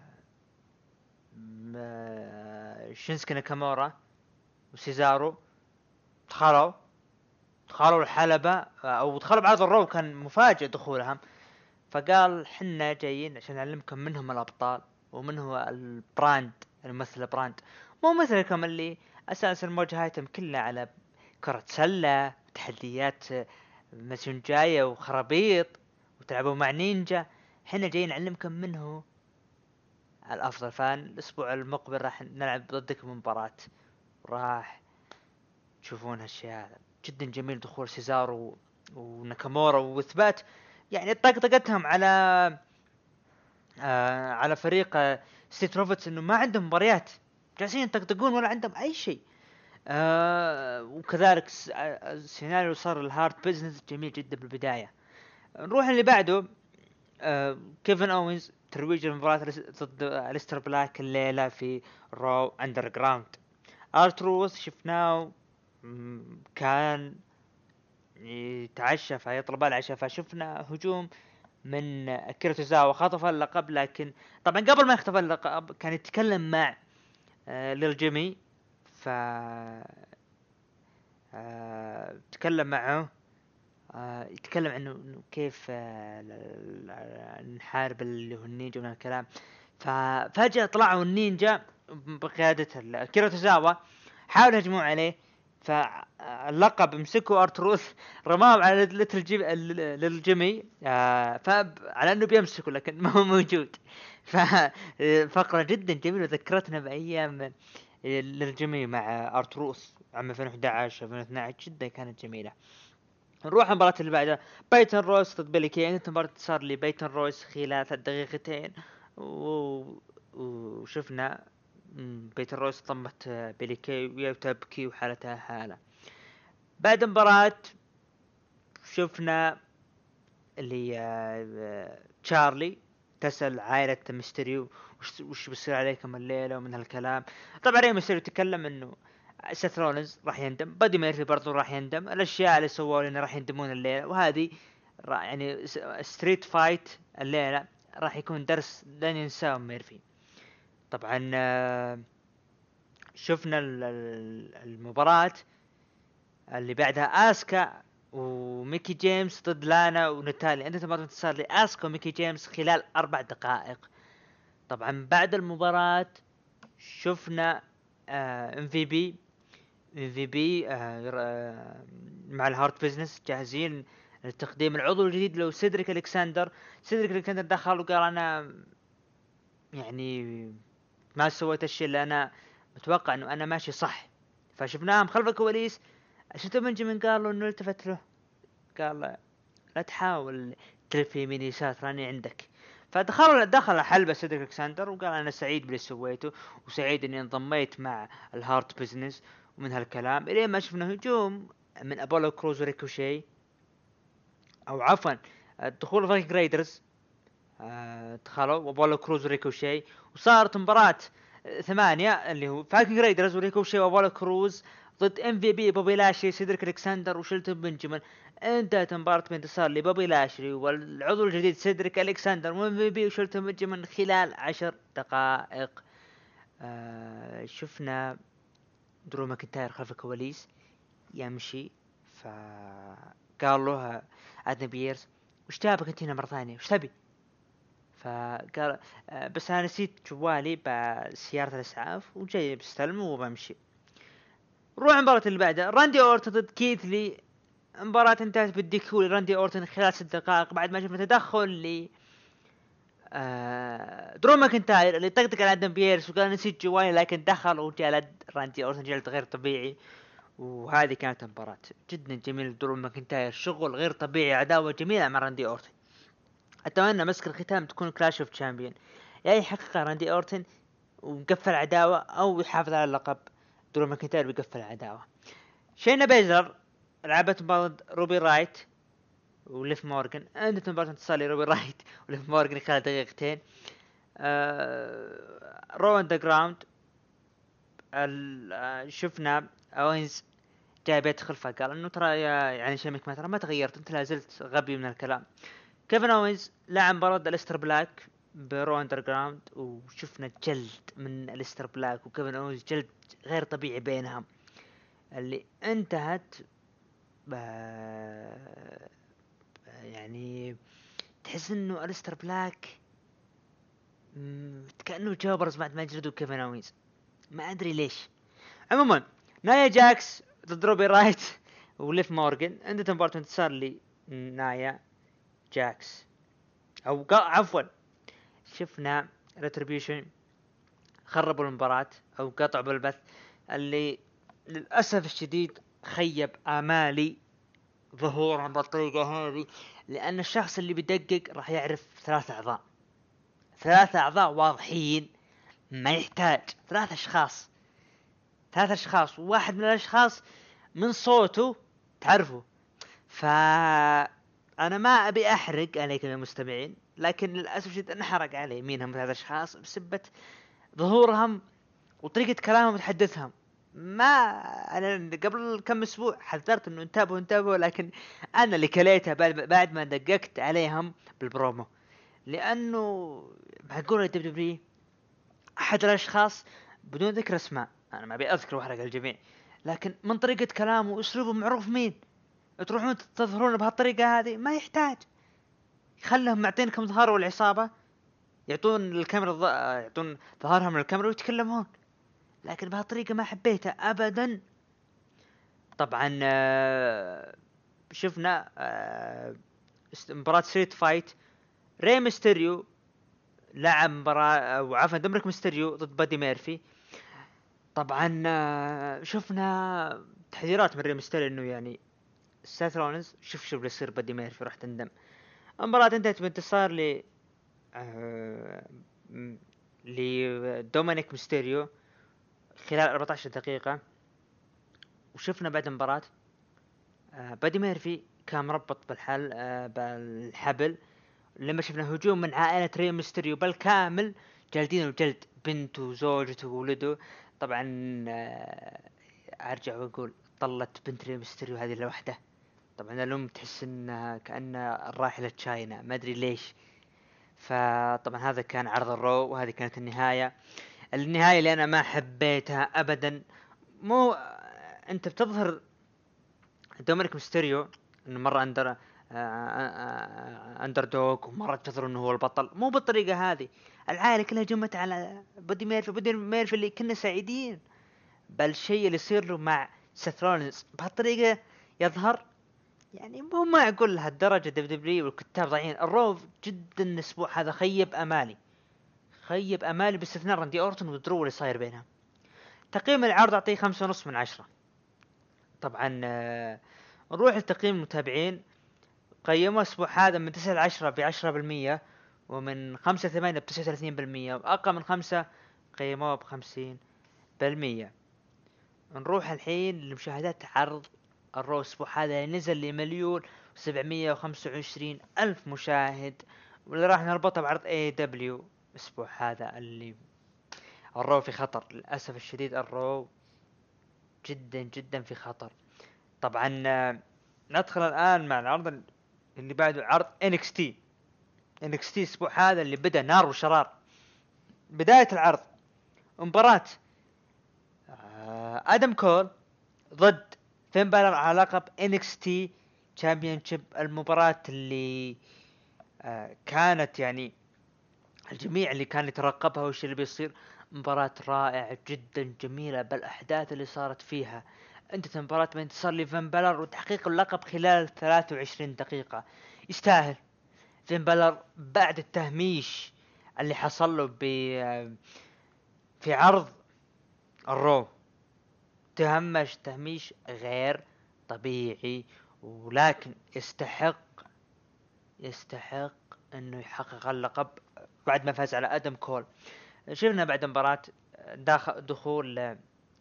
شينسكي ناكامورا وسيزارو دخلوا دخلوا الحلبة او دخلوا بعرض الرو، كان مفاجئ دخولهم. فقال حنا جايين عشان نعلمكم من هم الابطال ومن هو البراند الممثل البراند، مو مثلكم اللي اساس المواجهاتهم كلها على كرة سلة تحديات مسجونجاية وخرابيط وتلعبوا مع نينجا. حنا جايين نعلمكم منه الافضل. فالاسبوع المقبل راح نلعب ضدكم مباراة، راح تشوفون هالشيء هذا جدا جميل. دخول سيزارو وناكامورا واثبات يعني طقطقتهم على آه على فريق آه ستيت روفتس انه ما عندهم مباريات، جالسين يطقطقون ولا عندهم اي شيء. آه وكذلك السيناريو صار الهارت بيزنس جميل جدا بالبداية. نروح اللي بعده آه كيفن اوينز ترويج المباراة ضد أليستر بلاك الليلة في رو اندر جراوند. ارتروث شفناه كان يتعشى فيطلب العشاء، فشفنا هجوم من أكيرا توزاوا خطف اللقب. لكن طبعا قبل ما يخطف اللقب كان يتكلم مع آه للجيمي، ف آه تكلم معه آه يتكلم عنه كيف آه نحارب اللي هو النينجا من الكلام. ففجأة طلعوا النينجا بقيادة أكيرا توزاوا حاولوا يهجموا عليه، فاللقب مسكوا ارتروث رماه على ليتل جيم للجيمي آه فعلى انه بيمسكه لكن ما هو موجود. ففقرة جدا جميلة ذكرتنا بايام للجيمي مع ارتروث عام ألفين وأحد عشر ألفين واثني عشر، جدا كانت جميلة. نروح المباراة اللي بعدها بايتن رويس ضد بيلي كي. انت مباراة صار لي بايتن رويس خلال ثلاث دقيقتين و... وشفنا بيتن رويس طمت بيلي كي وتبكي وحالتها حالة. بعد مباراة شفنا اللي تشارلي تسأل عائلة ميستيريو وش, وش بيصير عليكم الليلة ومن هالكلام. طبعا ري ميستيريو تكلم انه سيث رولينز راح يندم، بادي ميرفي برضو راح يندم، الاشياء اللي سووا لنا راح يندمون الليلة، وهذه يعني ستريت فايت الليلة راح يكون درس لن ينساه ميرفي. طبعا شفنا المباراة اللي بعدها آسكا وميكي جيمس ضد لانا وناتاليا. انت تبغى انتصار لآسكا وميكي جيمس خلال اربع دقائق. طبعا بعد المباراة شفنا ام في بي ام في بي مع الهارت بيزنس جاهزين لتقديم العضو الجديد له سيدريك الكسندر. سيدريك الكسندر دخل وقال انا يعني ما سويت الشيء اللي انا متوقع انه انا ماشي صح. فشفناهم خلف الكواليس. شفتوا بنجامين قال له انه التفت له قال لا تحاول تلف يمين يسار راني عندك. فدخل دخل حلبة سيدريك الكسندر وقال انا سعيد باللي سويته وسعيد اني انضميت مع الهارت بيزنس ومن هالكلام. الين ما شفنا هجوم من ابولو كروز وريكوشي او عفوا دخول فايك رايدرز دخلوا وابولو كروز وريكوشي وصارت مباراة ثمانية اللي هو فايكنج رايدرز وريكوشي وابولو كروز ضد ام في بي بوبي لاشري سيدريك الكسندر وشيلتون بنجامين. انتهت المباراة بانتصار لبوبي لاشري والعضو الجديد سيدريك الكسندر وام في بي وشيلتون بنجامين خلال عشر دقائق. آه شفنا درو ماكنتاير خلف الكواليس يمشي، فقال له ادم بيرز وش جابك انت هنا مرة ثانية وش تبي؟ فقال آه، بس انا نسيت جوالي بسيارة الاسعاف وجاي بستلمه وبمشي. روح المباراة اللي بعدها، راندي اورتون ضد كيثلي. المباراة انتهت بالديكول راندي اورتون خلال ست دقائق بعد ما شفنا تدخل ل آه درو ماكنتاير اللي طقطق على ادم بيرس وقال نسيت جوالي، لكن دخل وجلد راندي اورتون جلد غير طبيعي. وهذه كانت مباراة جدا جميلة. درو ماكنتاير شغل غير طبيعي، عداوة جميلة مع راندي اورتون. اتمنى مسك الختام تكون كلاش اوف تشامبيون، يا يحقق راندي اورتون وقفل عداوة او يحافظ على اللقب. درو ماكنتاير بيقفل عداوة. شينا بيزر لعبت ضد روبي رايت وليف مورغان. عندت مباراة انتصار لروبي رايت وليف مورغان خلال دقيقتين. آه رو اندر جراوند شفنا اوينز جاي بيدخل فقال انه ترى يا يعني شيمك ما ترى ما تغيرت، انت لا زلت غبي من الكلام. كيفن اوينز لعب مباراة الستر بلاك برو اندر جراوند وشفنا جلد من الستر بلاك وكيفن اوينز جلد غير طبيعي بينهم اللي انتهت ب... يعني تحس انه الستر بلاك كأنه جوبرز بعد ما جلدوا كيفن اوينز، ما ادري ليش. عموما نايا جاكس ضد روبي رايت وليف مورغان. عندنا مباراة انتصار لي نايا جاكس او عفوا شفنا ريتريبيوشن خربوا المباراة او قطعوا بالبث اللي للأسف الشديد خيب آمالي ظهورهم بالطريقة هذه، لأن الشخص اللي بيدقق راح يعرف ثلاثة أعضاء، ثلاثة أعضاء واضحين، ما يحتاج ثلاثة أشخاص، ثلاثة أشخاص وواحد من الأشخاص من صوته تعرفه. فأنا ما أبي أحرق عليكم يا مستمعين، لكن للأسف شديد انحرق علي مين هم ثلاثة أشخاص بسبة ظهورهم وطريقة كلامهم وتحدثهم. ما أنا قبل كم أسبوع حذرت إنه انتبهوا انتبهوا، لكن أنا اللي كليتها بعد ما دققت عليهم بالبرومو، لأنه معقولة الدب دبليو أحد الأشخاص بدون ذكر اسماء، أنا ما أبي أذكر وأحرق الجميع، لكن من طريقة كلامه وأسلوبه معروف مين، تروحون تظهرون بهالطريقة هذه ما يحتاج. خلهم معطينكم ظهر والعصابة يعطون الكاميرا الض... يعطون ظهرهم من الكاميرا ويتكلمون، لكن بهالطريقة ما حبيتها أبدا. طبعا شفنا مباراة ستريت فايت، ري ميستيريو لعب مباراة وعفوا دومينيك ميستيريو ضد بادي ميرفي. طبعا شفنا تحذيرات من ري ميستيريو انه يعني سيث رولينز شوف شو بيصير بادي ميرفي راح تندم. المباراة انتهت بانتصار ل لدومينيك ميستيريو خلال أربعة عشر دقيقة. وشفنا بعد المباراة بادي ميرفي كان مربط بالحل بالحبل لما شفنا هجوم من عائلة ري ميستيريو بالكامل جالدين وجلد بنته وزوجته وولده. طبعا ارجع واقول طلت بنت ري ميستيريو هذه لوحده. طبعا الام تحس انها كأنها راحلة تشاينا ما ادري ليش. فطبعا هذا كان عرض الرو وهذه كانت النهاية. النهاية اللي انا ما حبيتها ابدا. مو انت بتظهر دومينيك ميستيريو انه مرة اندر اندر دوغ ومرة تظهر انه هو البطل، مو بالطريقة هذه. العائلة كلها جمت على بودي ميرفي، بودي ميرفي اللي كنا سعيدين، بل الشيء اللي يصير له مع سيث رولينز بهالطريقة يظهر يعني مو معقول لهالدرجة. دب دبليو والكتاب ضايعين. الرو جدا الاسبوع هذا خيب امالي، خيب امالي باستثناء راندي اورتون ودرو اللي صاير بينهم. تقييم العرض اعطيه خمسة ونص من عشرة. طبعا نروح لتقييم المتابعين. قيموا الاسبوع هذا من تسعة لعشرة بعشرة بالمية، ومن خمسة ثمانية بتسعة وثلاثين بالمية، وأقل من خمسة قيموه بخمسين بالمية. نروح الحين لمشاهدات عرض الرو الاسبوع هذا نزل لمليون وسبعمية وخمسة وعشرين ألف مشاهد، واللي راح نربطه بعرض اي دبليو الاسبوع هذا. اللي الرو في خطر للأسف الشديد، الرو جدا جدا في خطر. طبعا ندخل الآن مع العرض اللي بعده، عرض إن إكس تي. إن إكس تي الاسبوع هذا اللي بدأ نار وشرار. بداية العرض مباراة آدم كول ضد فين بالر على لقب إن إكس تي تشامبيونشيب. المباراة اللي كانت يعني الجميع اللي كان يترقبها وش اللي بيصير. مباراة رائعة جدا جميلة بالأحداث اللي صارت فيها. انت مباراة بين انتصار لفين بالر وتحقيق اللقب خلال ثلاث وعشرين دقيقة. يستاهل. فين بالر بعد التهميش اللي حصل له ب في عرض الرو، تهمش تهميش غير طبيعي، ولكن يستحق يستحق انه يحقق اللقب بعد ما فاز على ادم كول. شفنا بعد مباراة داخل دخول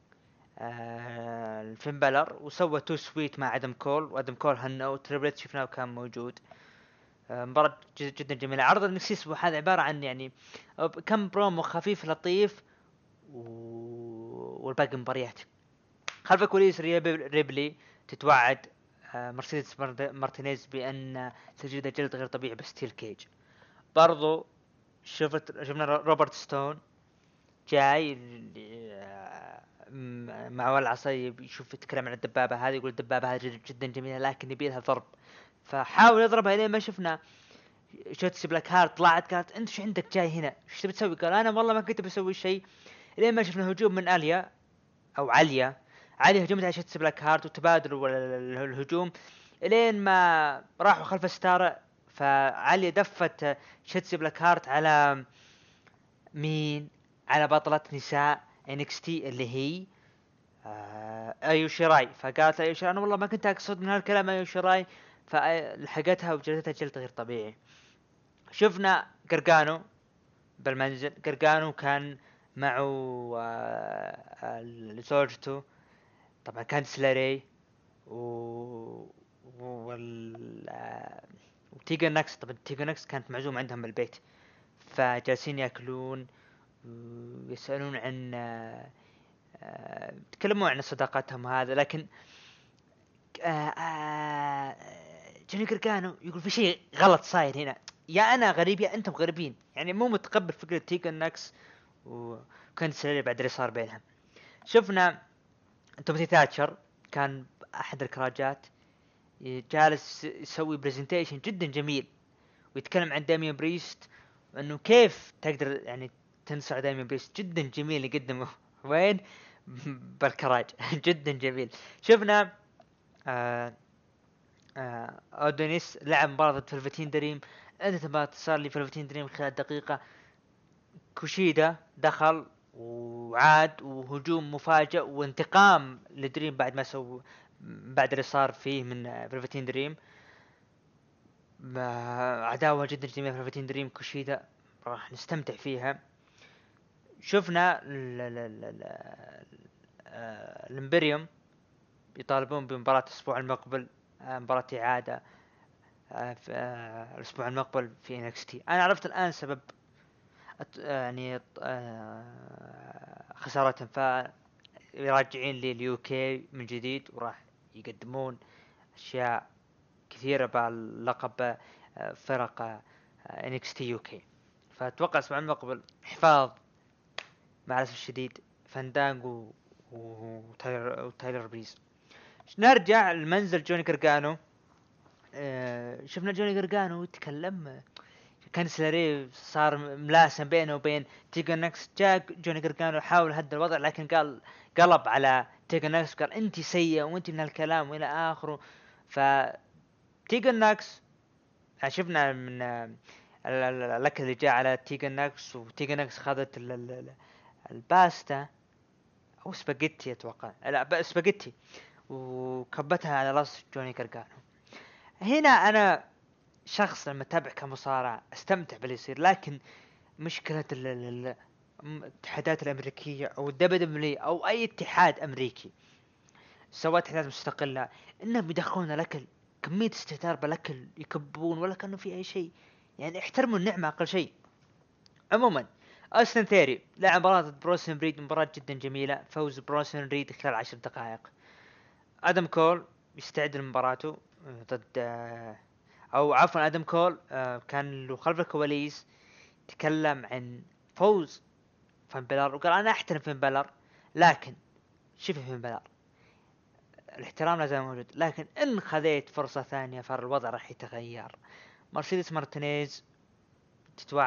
آه الفين بالر وسوى تو سويت مع ادم كول، وادم كول هنو تريبلت شفناه كان موجود. آه مباراة جدا جميلة. عرض النكسيس هذا عبارة عن يعني كم برومو خفيف لطيف و... والباقي مباريات. خلف الكواليس ريبلي تتوعد آه مرسيدس مارتينيز بان سجل جلد غير طبيعي بستيل كيج. برضو شفت شفنا روبرت ستون جاي مع والعصاية يشوف يتكلم عن الدبابة هذه، يقول الدبابة هذه جدا جميلة لكن يبي لها ضرب، فحاول يضربها لين ما شفنا شوتسي بلاك هارت طلعت قالت انت شو عندك جاي هنا ايش تبي تسوي؟ قال انا والله ما كنت بسوي شيء. لين ما شفنا هجوم من اليا او عليا علي هجمت على شوتسي بلاك هارت وتبادلوا الهجوم لين ما راحوا خلف ستار. فعلي دفت شوتسي بلاك هارت على مين؟ على بطلة نساء انكستي اللي هي آه ايو شيراي. فقالت ايو شيراي انا والله ما كنت اقصد من هالكلام ايو شيراي، فلحقتها وجلدتها جلد غير طبيعي. شفنا قرقانو بالمنزل. قرقانو كان معه آه زوجته طبعا كانت سلاري و وال آه وتيجا ناكس. طبعا تيجا ناكس كانت معزومة عندهم بالبيت، فجالسين ياكلون ويسألون عن تكلموا عن صداقتهم هذا. لكن جوني كركانو يقول في شيء غلط صاير هنا، يا انا غريب يا انتم غريبين، يعني مو متقبل فكرة تيجا ناكس وكان سلالي بعد اللي صار بينهم. شفنا تومتي تاتشر كان احد الكراجات جالس يسوي برزنتيشن جدا جميل ويتكلم عن داميان بريست انه كيف تقدر يعني تنصع داميان بريست. جدا جميل يقدمه وين بالكراج جدا جميل. شفنا آه آه اودونيس لعب مباراة ضد فلفتين دريم. انت تبغى صار لي فلفتين دريم خلال دقيقة. كوشيدا دخل وعاد وهجوم مفاجئ وانتقام لدريم بعد ما سووا بعد اللي صار فيه من فلفتين دريم. عداوة جدا جميلة في فلفتين دريم كوشيدا راح نستمتع فيها. شفنا الامبريوم يطالبون بمباراة الاسبوع المقبل، مباراة اعادة في الاسبوع المقبل في انكستي. انا عرفت الان سبب يعني خسارتهم، فراجعين لليو كي من جديد وراح يقدمون اشياء كثيرة باللقب فرق انكستي يو كي. فاتوقع الاسبوع المقبل حفاظ مع الاسف الشديد فاندانجو وتايلر, وتايلر بريز. نرجع لمنزل جوني كرغانو. اه شفنا جوني كرغانو يتكلم، كان سلاري صار ملاسم بينه وبين تيجن نكس. جاء جوني كرغانو حاول هد الوضع لكن قال قلب على تيجن نكس قال انت سيء وانت من هالكلام والى اخره. ف تيجن ناكس شفنا من الاكل اللي جاء على تيجن ناكس، وتيجن ناكس خذت الباستا او سباجيتي اتوقع، لا سباجيتي، وكبتها على راس جوني كرغانو. هنا انا شخص لما اتابع كمصارع استمتع باللي يصير، لكن مشكلة الاتحادات الامريكية او الدبليو او اي اتحاد امريكي سواء اتحادات مستقلة انهم يدخلون الاكل كمية استهتار بالاكل يكبون ولا كانوا في اي شيء. يعني احترموا النعمة اقل شيء. عموما أوستن ثيري لعب مباراة ضد بروسن ريد، مباراة جدا جميلة، فوز بروسن ريد خلال عشر دقائق. ادم كول يستعد لمباراته ضد او عفوا ادم كول كان له خلف الكواليس تكلم عن فوز فين بلر وقال انا احترم فين بلر، لكن شوف فين بلر الاحترام لازم موجود، لكن ان خذيت فرصة ثانية فالوضع راح يتغير. مرسيدس مارتينيز تتوعد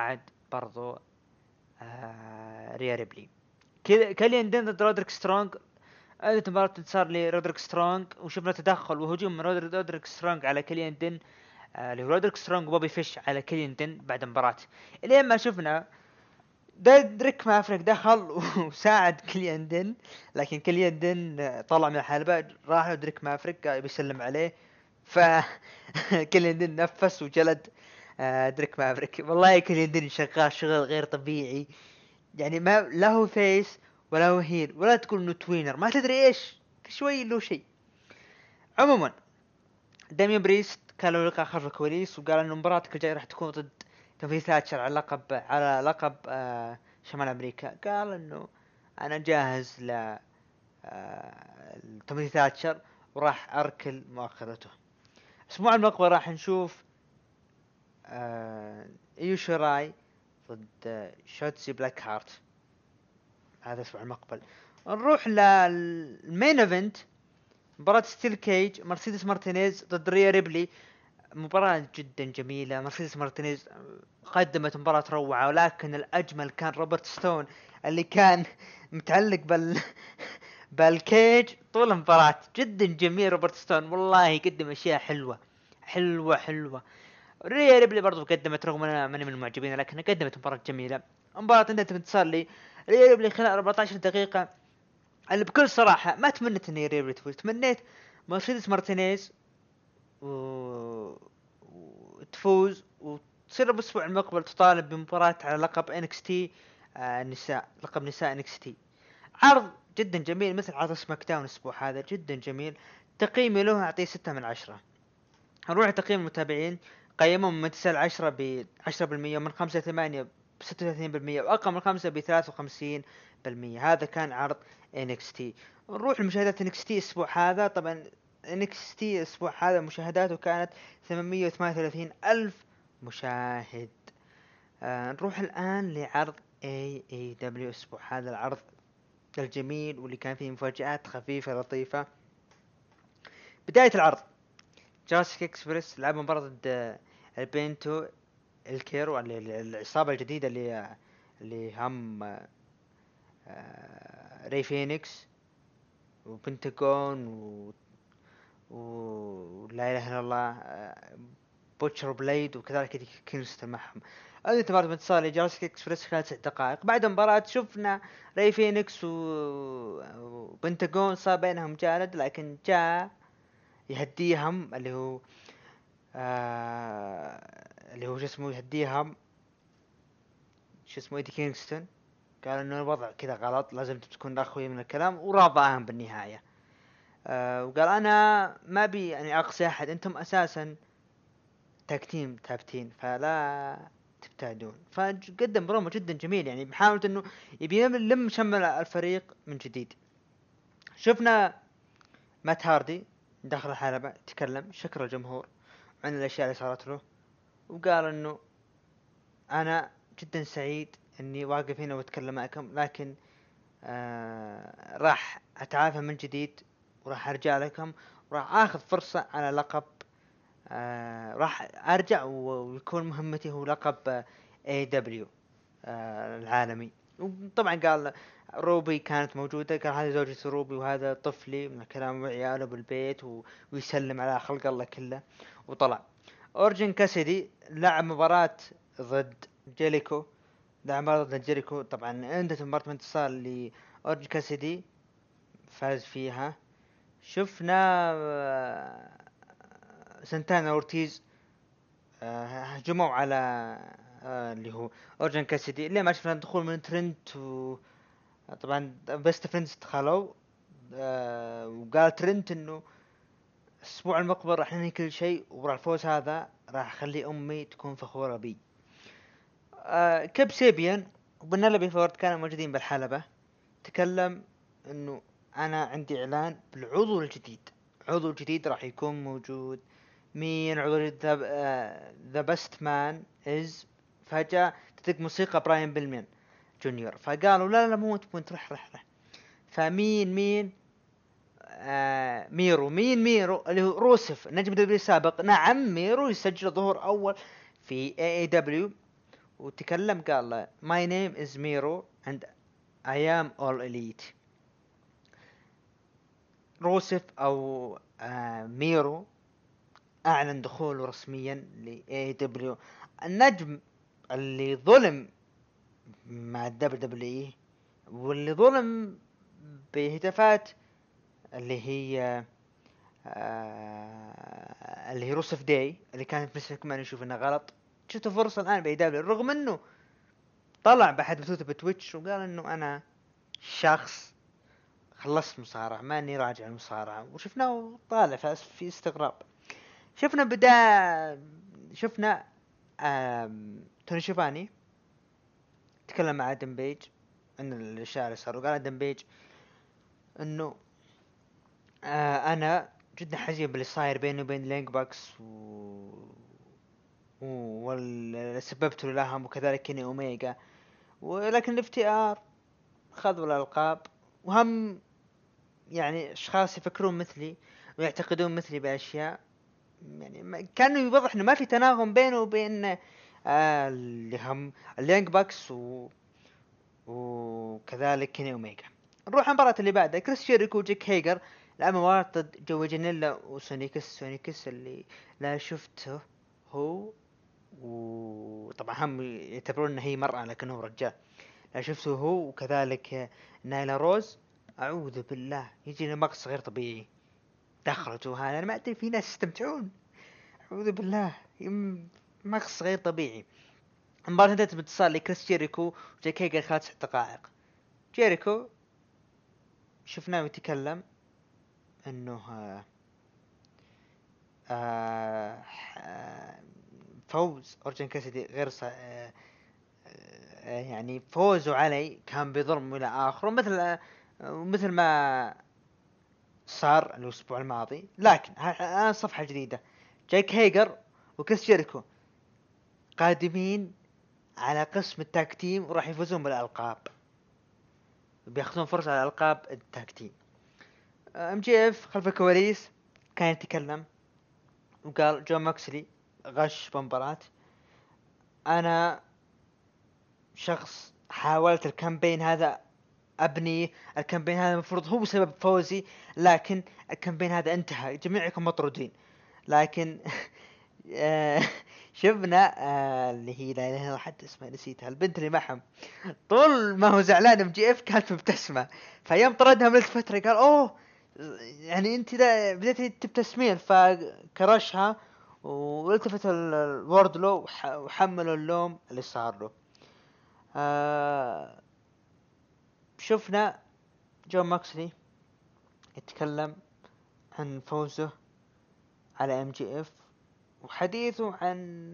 برضو آه ريا ريبلي. كذا كاليان دين ضد رودريك سترونج، أدت مباراة انتصار لرودريك سترونج، وشفنا تدخل وهجوم من رودريك رودريك سترونج على كاليان دين، آه لرودريك سترونج وبوبي فيش على كاليان دين بعد مباراة. الين ما شفنا دريك مافريك دخل وساعد كليان دين، لكن كليان دين طلع من الحلبة، راح له دريك مافريك بيسلم عليه، ف كليان دين نفس وجلد دريك مافريك. والله كليان دين شغال شغل غير طبيعي، يعني ما له فيس ولا هو هيل ولا تقول انه توينر، ما تدري ايش شوي له شيء. عموما داميان بريست كان له لقاء خلف الكواليس، وقال انه مباراتك الجايه راح تكون ضد توفي ثاتشر على لقب على لقب آه شمال امريكا. قال انه انا جاهز ل آه توفي ثاتشر وراح اركل مؤخرته. الاسبوع المقبل راح نشوف آه ايو شراي ضد آه شوتسي بلاك هارت، هذا الاسبوع المقبل. نروح للمين ايفنت، مباراة ستيل كيج مرسيدس مارتينيز ضد ريا ريبلي. مباراة جدا جميلة، مرسيدس مارتينيز قدمت مباراة روعة، ولكن الأجمل كان روبرت ستون اللي كان متعلق بال بالكيج طول المباراة. جدا جميل روبرت ستون، والله قدم أشياء حلوة حلوة حلوة. ريا ريبلي برضو قدمت، رغم أنا ماني من المعجبين لكن قدمت مباراة جميلة. مباراة انتهت بانتصار لي ريا ريبلي خلال أربعة عشر دقيقة. اللي بكل صراحة ما تمنيت ان ريا ريبلي تفوز، تمنيت مرسيدس مارتينيز و... وتفوز وتصير بالاسبوع المقبل تطالب بمباراة على لقب إن إكس تي آه النساء، لقب نساء إن إكس تي. عرض جدا جميل مثل عرض سماك داون الاسبوع هذا، جدا جميل. تقييمي له اعطيه ستة من عشرة. نروح تقييم المتابعين، قيمهم من تسعة لعشرة ب عشرة بالمية، من خمسة لثمانية بستة وثلاثين بالمية، وأقل من خمسة بثلاثة وخمسين بالمية. هذا كان عرض إن إكس تي. نروح لمشاهدات إن إكس تي الأسبوع هذا. طبعا إن إكس تي الأسبوع هذا مشاهداته كانت ثمانمية وثمانية وثلاثين ألف مشاهد. آه نروح الآن لعرض إيه إيه دبليو الأسبوع هذا، العرض الجميل واللي كان فيه مفاجآت خفيفة لطيفة. بداية العرض جراسيك اكسبريس لعبوا مباراة ضد البينتو الكيرو، العصابة الجديدة اللي اللي هم ري فينيكس وبنتاغون و ولا اله الا الله بوتشر بليد، وكذلك كينغستون معهم. هذه مباراة بانتصار لجراسيك اكسبريس خلال ست دقائق. بعد المباراة شفنا ري فينيكس وبنتاغون صار بينهم جالد، لكن جاء يهديهم اللي هو آه اللي هو شو اسمه يهديهم شو اسمه ايدي كينغستون. قال انه الوضع كذا غلط، لازم تكون اخوي من الكلام، وراضاهم بالنهاية. آه وقال انا ما بي يعني اقصي احد، انتم اساسا تاكتيم ثابتين فلا تبتعدون. فقدم برومو جدا جميل، يعني بحاول انه يبي يلم شمل الفريق من جديد. شفنا مات هاردي داخل الحلبة تكلم، شكر الجمهور عن الاشياء اللي صارت له، وقال انه انا جدا سعيد اني واقف هنا واتكلم معكم، لكن آه راح اتعافى من جديد وراح ارجع لكم، وراح اخذ فرصة على لقب آه راح ارجع ويكون مهمتي هو لقب اي دبليو آه العالمي. وطبعا قال روبي كانت موجودة، قال هذه زوجة روبي وهذا طفلي من الكلام وعياله بالبيت، ويسلم على خلق الله كله وطلع. اورجن كاسيدي لعب مباراة ضد جيريكو، لعب مباراة ضد جيريكو. طبعا انتهت مباراة انتصار لأورجن كاسيدي، فاز فيها. شفنا سانتانا اورتيز هجموا على آه اللي هو اورجن كاسيدي، اللي ما شفنا دخول من ترنت، و طبعا بيست فريندز دخلوا. آه وقال ترنت انه الاسبوع المقبل راح ننهي كل شيء، وراح الفوز هذا راح اخلي امي تكون فخورة بي. آه كيب سيبيان وبنلبي فورد كانوا موجودين بالحلبة. تكلم انه انا عندي اعلان بالعضو الجديد، عضو جديد راح يكون موجود. مين عضو ذا بست مان از؟ فجأة تدق موسيقى براين بيلمين جونيور، فقالوا لا لا مو انت رح رح رح فمين مين آه ميرو مين ميرو اللي هو روسف نجم دبليو السابق. نعم ميرو يسجل ظهور اول في اي اي دبليو، وتكلم قال my name is Miro and I am all elite. روسف او آه ميرو اعلن دخوله رسميا ل إيه دبليو، النجم اللي ظلم مع الدبليو دبليو اي واللي ظلم بهتافات اللي هي آه اللي هي روسف داي اللي كانت مستر كمان يشوف انها غلط. شفت فرصة الان باي دبليو رغم انه طلع بحد بثوثه بتويتش وقال انه انا شخص خلصت مصارعة ماني راجع المصارعة، وشفناه طالع في استغراب. شفنا بدا شفنا توني شيفاني تكلم مع ادم بيج ان الاشياء اللي صار، وقال ادم بيج انه آه انا جدا حزين باللي صاير بيني وبين لينك باكس و واللي سببته لهم وكذلك كيني اوميجا، ولكن الاف تي ار خذوا الالقاب وهم يعني اشخاص يفكرون مثلي ويعتقدون مثلي باشياء يعني كانوا يوضح انه ما في تناغم بينه وبين آه اللي هم اللينك باكس و... وكذلك كيني اوميجا. نروح المباراة اللي بعدها كريس جيريكو وجيك هيجر الأمام ضد جو جانيلا وسونيكس. سونيكس اللي لا شفته هو وطبعا هم يعتبرون انه هي مرأة لكنه رجال، لا شفته هو وكذلك نايلا روز. اعوذ بالله يجي مقص غير طبيعي دخلته هذا، انا ما ادري في ناس يستمتعون اعوذ بالله مقص غير طبيعي. المباراة انتهت باتصال لكريس جيريكو وجاك هيجر خلال تسع دقائق. جيريكو شفناه يتكلم انه آه آه فوز اورجن كاسدي غير ص... آه يعني فوزه علي كان بظلم الى اخره مثل مثل ما صار الاسبوع الماضي. لكن انا صفحة جديدة، جاك هيجر وكريس جيريكو قادمين على قسم التاك تيم وراح يفوزون بالالقاب، بياخذون فرصة على الالقاب التاك تيم. ام جي اف خلف الكواليس كان يتكلم وقال جون ماكسلي غش بمباراة، انا شخص حاولت الكامبين هذا ابني الكامبين هذا المفروض هو سبب فوزي، لكن الكامبين هذا انتهى جميعكم مطرودين. لكن شفنا اللي هي لا اله الا الله حتى اسمها نسيتها البنت اللي معهم طول ما هو زعلان ام جي اف كانت مبتسمة، فيوم طردها من فترة قال اوه يعني انت ذا بديتي تبتسمين، فكرشها والتفت الوردلو وحملوا اللوم اللي صار له. آه شفنا جون ماكسلي يتكلم عن فوزه على ام جي اف وحديثه عن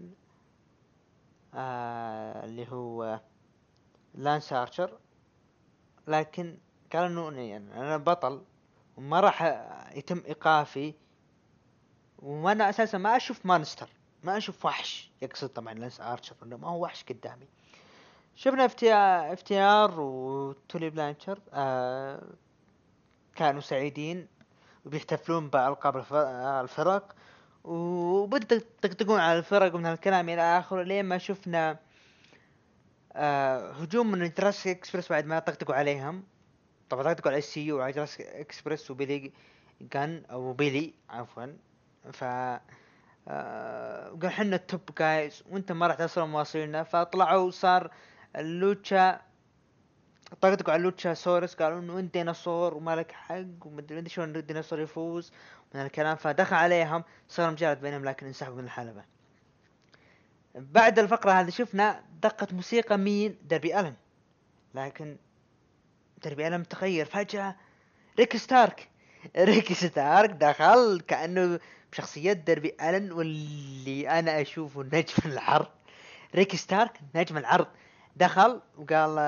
آه اللي هو لانس ارشر، لكن قال انه يعني انا بطل وما راح يتم ايقافي، وانا اساسا ما اشوف مانستر ما اشوف وحش، يقصد طبعا لانس ارشر انه ما هو وحش قدامي. شفنا اف تي ار وتولي بلانشر آه كانوا سعيدين وبيحتفلون بألقاب الفرق وبدأ يطقطقون على الفرق من هالكلام إلى آخره، لين ما شفنا آه هجوم من جراسيك اكسبرس بعد ما طقطقوا عليهم. طبعا طقطقوا على السي يو وعلى جراسيك اكسبرس وبيلي جان او بيلي عفوا، ف آه قال حنا التوب جايز وانت ما راح توصل مواصلنا، فطلعوا وصار اللوتشا طقطقوا على لوتشا سورس قالوا انه انت ديناصور وما لك حق ومدري شلون الديناصور يفوز من الكلام، فدخل عليهم صار مجالد بينهم لكن انسحبوا من الحلبة. بعد الفقرة هذه شفنا دقة موسيقى مين دربي ألن، لكن دربي ألن تغير فجأة. ريك ستارك ريك ستارك دخل كأنه بشخصية دربي ألن واللي أنا أشوفه نجم العرض. ريك ستارك نجم العرض دخل وقال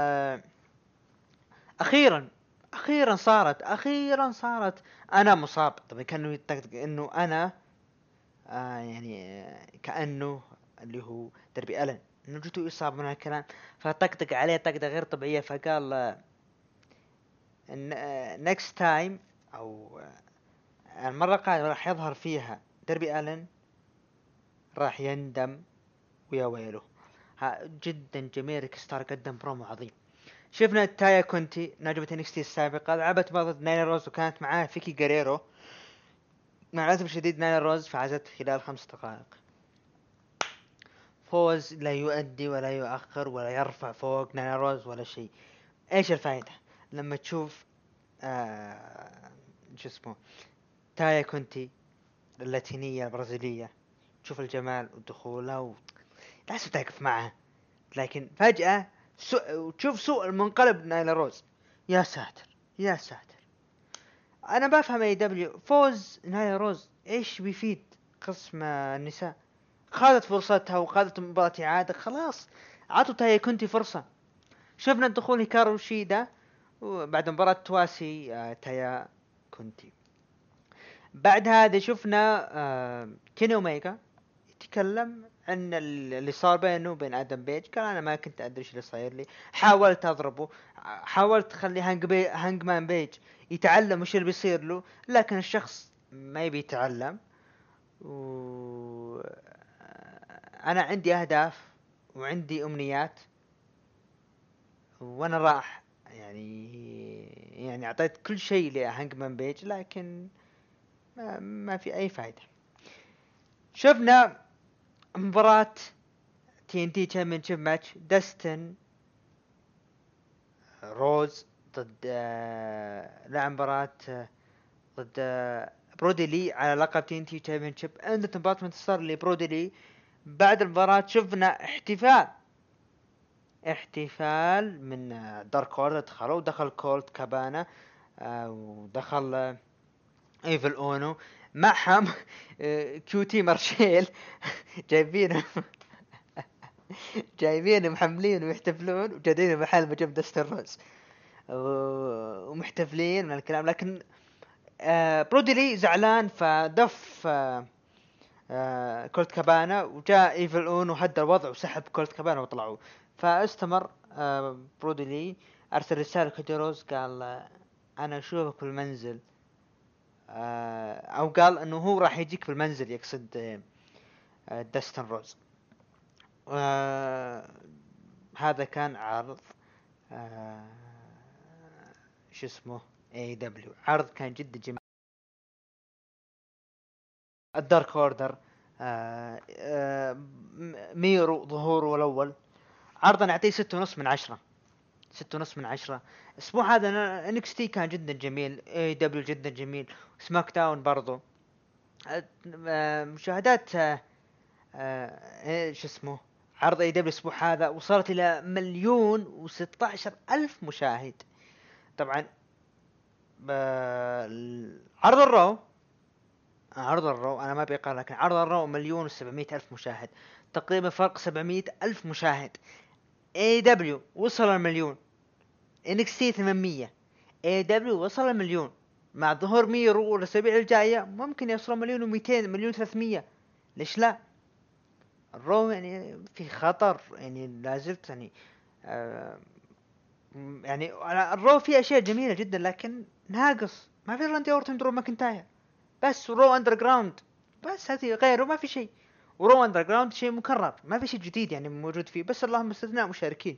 أخيرا أخيرا صارت أخيرا صارت أنا مصاب. طبعا كأنه يتقدق إنه أنا آه يعني كأنه اللي هو دربي ألن إنه جيتوا إصابة من هالكلام، فطقطق عليه طقطقة غير طبيعية، فقال next time أو المرة القادمة راح يظهر فيها دربي ألن راح يندم ويا ويله. جدا جميل. كستار قدم برومو عظيم. شفنا تايا كونتي نجمة انكستي السابقة لعبت ضد نايلا روز وكانت معاه فيكي غاريرو. مع الأسف الشديد نايلا روز فازت خلال خمس دقائق. فوز لا يؤدي ولا يؤخر ولا يرفع فوق نايلا روز ولا شيء. ايش الفائدة لما تشوف آه شو اسمه تايا كونتي اللاتينية البرازيلية، تشوف الجمال ودخولها و... لازم تقف معها، لكن فجأة سوء وتشوف سوء المنقلب نايلا روز. يا ساتر يا ساتر. انا بفهم اي دبليو فوز نايلا روز ايش بيفيد قسم النساء؟ خاذت فرصتها وخاذت مباراة إعادة، خلاص عطوا تايا كونتي فرصة. شفنا دخول هيكارو شيدا وبعد مباراة تواسي آه تايا كونتي. بعد هذا شفنا آه كيني اوميجا يتكلم عن اللي صار بينه وبين ادم بيج. قال انا ما كنت ادري ايش اللي صاير لي، حاولت اضربه، حاولت اخلي هانج, بي... هانج مان بيج يتعلم وش اللي بيصير له، لكن الشخص ما يبي يتعلم. و... انا عندي اهداف وعندي امنيات وانا راح يعني يعني اعطيت كل شيء لهانج مان بيج، لكن ما, ما في اي فائدة. شفنا مباراة تي ان تي تشامبيونشيب ماتش داستن روز ضد آه... لا مباراة آه... ضد آه... برودي لي على لقب تي ان تي تشامبيونشيب. عندنا مباراة انتصار لبرودي لي. بعد المباراة شفنا احتفال احتفال من آه... دارك اوردر. دخلوا ودخل كولت كابانا آه... ودخل آه... ايفل اونو معهم آه... كيوتي مارشيل جايبينه جايبين محملين ويحتفلون وجايين محل مجمع دستر روز ومحتفلين من الكلام. لكن آه برودي لي زعلان فدف آه آه كولت كابانا وجاء ايفل اون وهدى الوضع وسحب كولت كابانا وطلعوا. فاستمر آه برودي لي ارسل رسالة كودي روز قال آه انا اشوفك بالمنزل آه او قال انه هو راح يجيك بالمنزل يقصد آه دستن روز. آه هذا كان عرض آه شو اسمه اي دبليو. عرض كان جدا جميل. الدارك اوردر آه آه ميرو ظهوره الاول. عرض انا اعطيه ستة ونص من عشرة. ستة ونص من عشرة. الاسبوع هذا انكس تي كان جدا جميل، اي دبليو جدا جميل، سماك داون برضو آه مشاهدات آه آه شو اسمه عرض اي دبليو الاسبوع هذا وصلت الى مليون وستة عشر الف مشاهد. طبعا عرض الرو عرض الرو انا ما بيقال، لكن عرض الرو مليون وسبعمية الف مشاهد، تقريبا فرق سبعمية الف مشاهد. اي دبليو وصل المليون، انكستي ثمانمية، اي دبليو وصل المليون. مع ظهور ميرو والاسابيع الجايه ممكن يوصل مليون ومئتين مليون ثلاثمية. ليش لا؟ الرو يعني في خطر، يعني لازلت يعني آه يعني الرو فيه اشياء جميله جدا لكن ناقص. ما في راندي اورتون درو ماكنتاير بس، رو اندر جراوند بس، هذه غيره ما في شيء. ورو اندر جراوند شيء مكرر ما في شيء جديد يعني موجود فيه، بس اللهم استثناء مشاركين.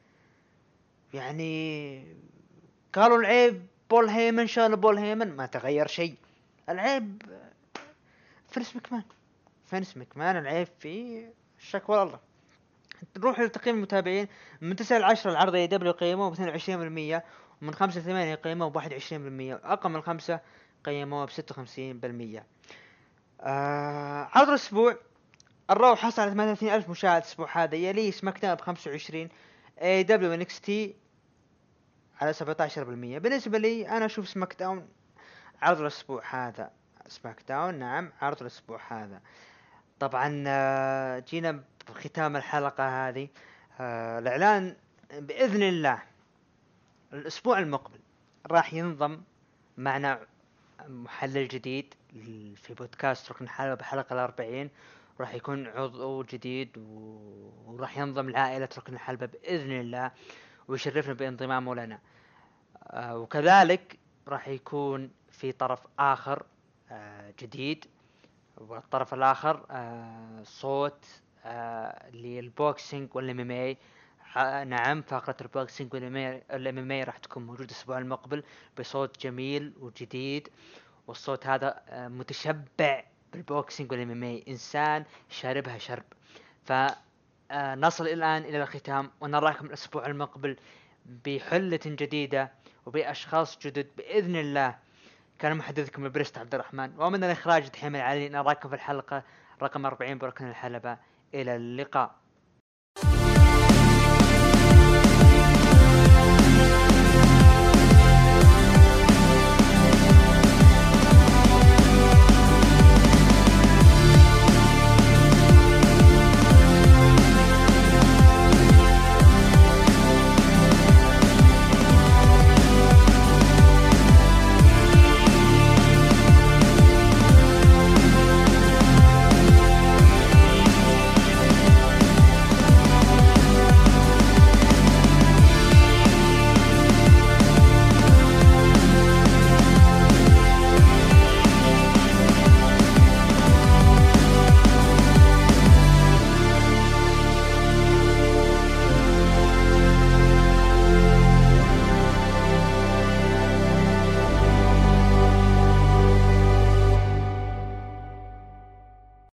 يعني قالوا العيب بول هيمن، شال بول هيمن ما تغير شيء. العيب فينس مكمان فينس مكمان العيب في الشكوى والله. نروح لتقييم المتابعين من تسعة إلى عشرة. العرض اي دبليو قيموه ب اثنين وعشرين بالمية، ومن خمسة إلى ثمانية قيموه ب واحد وعشرين بالمية، اقل من خمسة قيموه ب ستة وخمسين بالمية. آه عرض الاسبوع الرو حصل على ثمانية وثلاثين ألف مشاهد الاسبوع هذا، يليه سماك داون ب خمسة وعشرين، اي دبليو انكس تي على سبعة عشر بالمية. بالنسبه لي انا اشوف سماك داون عرض الاسبوع هذا. سماك داون نعم عرض الاسبوع هذا. طبعا آه جينا بختام الحلقه هذه آه الاعلان باذن الله الاسبوع المقبل راح ينضم معنا محلل جديد في بودكاست ركن الحلبة بحلقة الأربعين، راح يكون عضو جديد وراح ينضم لعائلة ركن الحلبة بإذن الله ويشرفنا بانضمامه لنا. آه وكذلك راح يكون في طرف آخر آه جديد، والطرف الآخر آه صوت آه للبوكسينج والام ام اي. نعم فقرة البوكسينج والام ام اي راح تكون موجودة الاسبوع المقبل بصوت جميل وجديد، والصوت هذا آه متشبع بالبوكسينج والام ام اي، انسان شاربها شرب. ف آه نصل الان الى الختام، ونراكم الاسبوع المقبل بحلة جديدة وباشخاص جدد باذن الله. كان محدثكم البريست عبد الرحمن، ومن الاخراج دحيم العلي. نراكم في الحلقة رقم أربعين بركن الحلبة. الى اللقاء.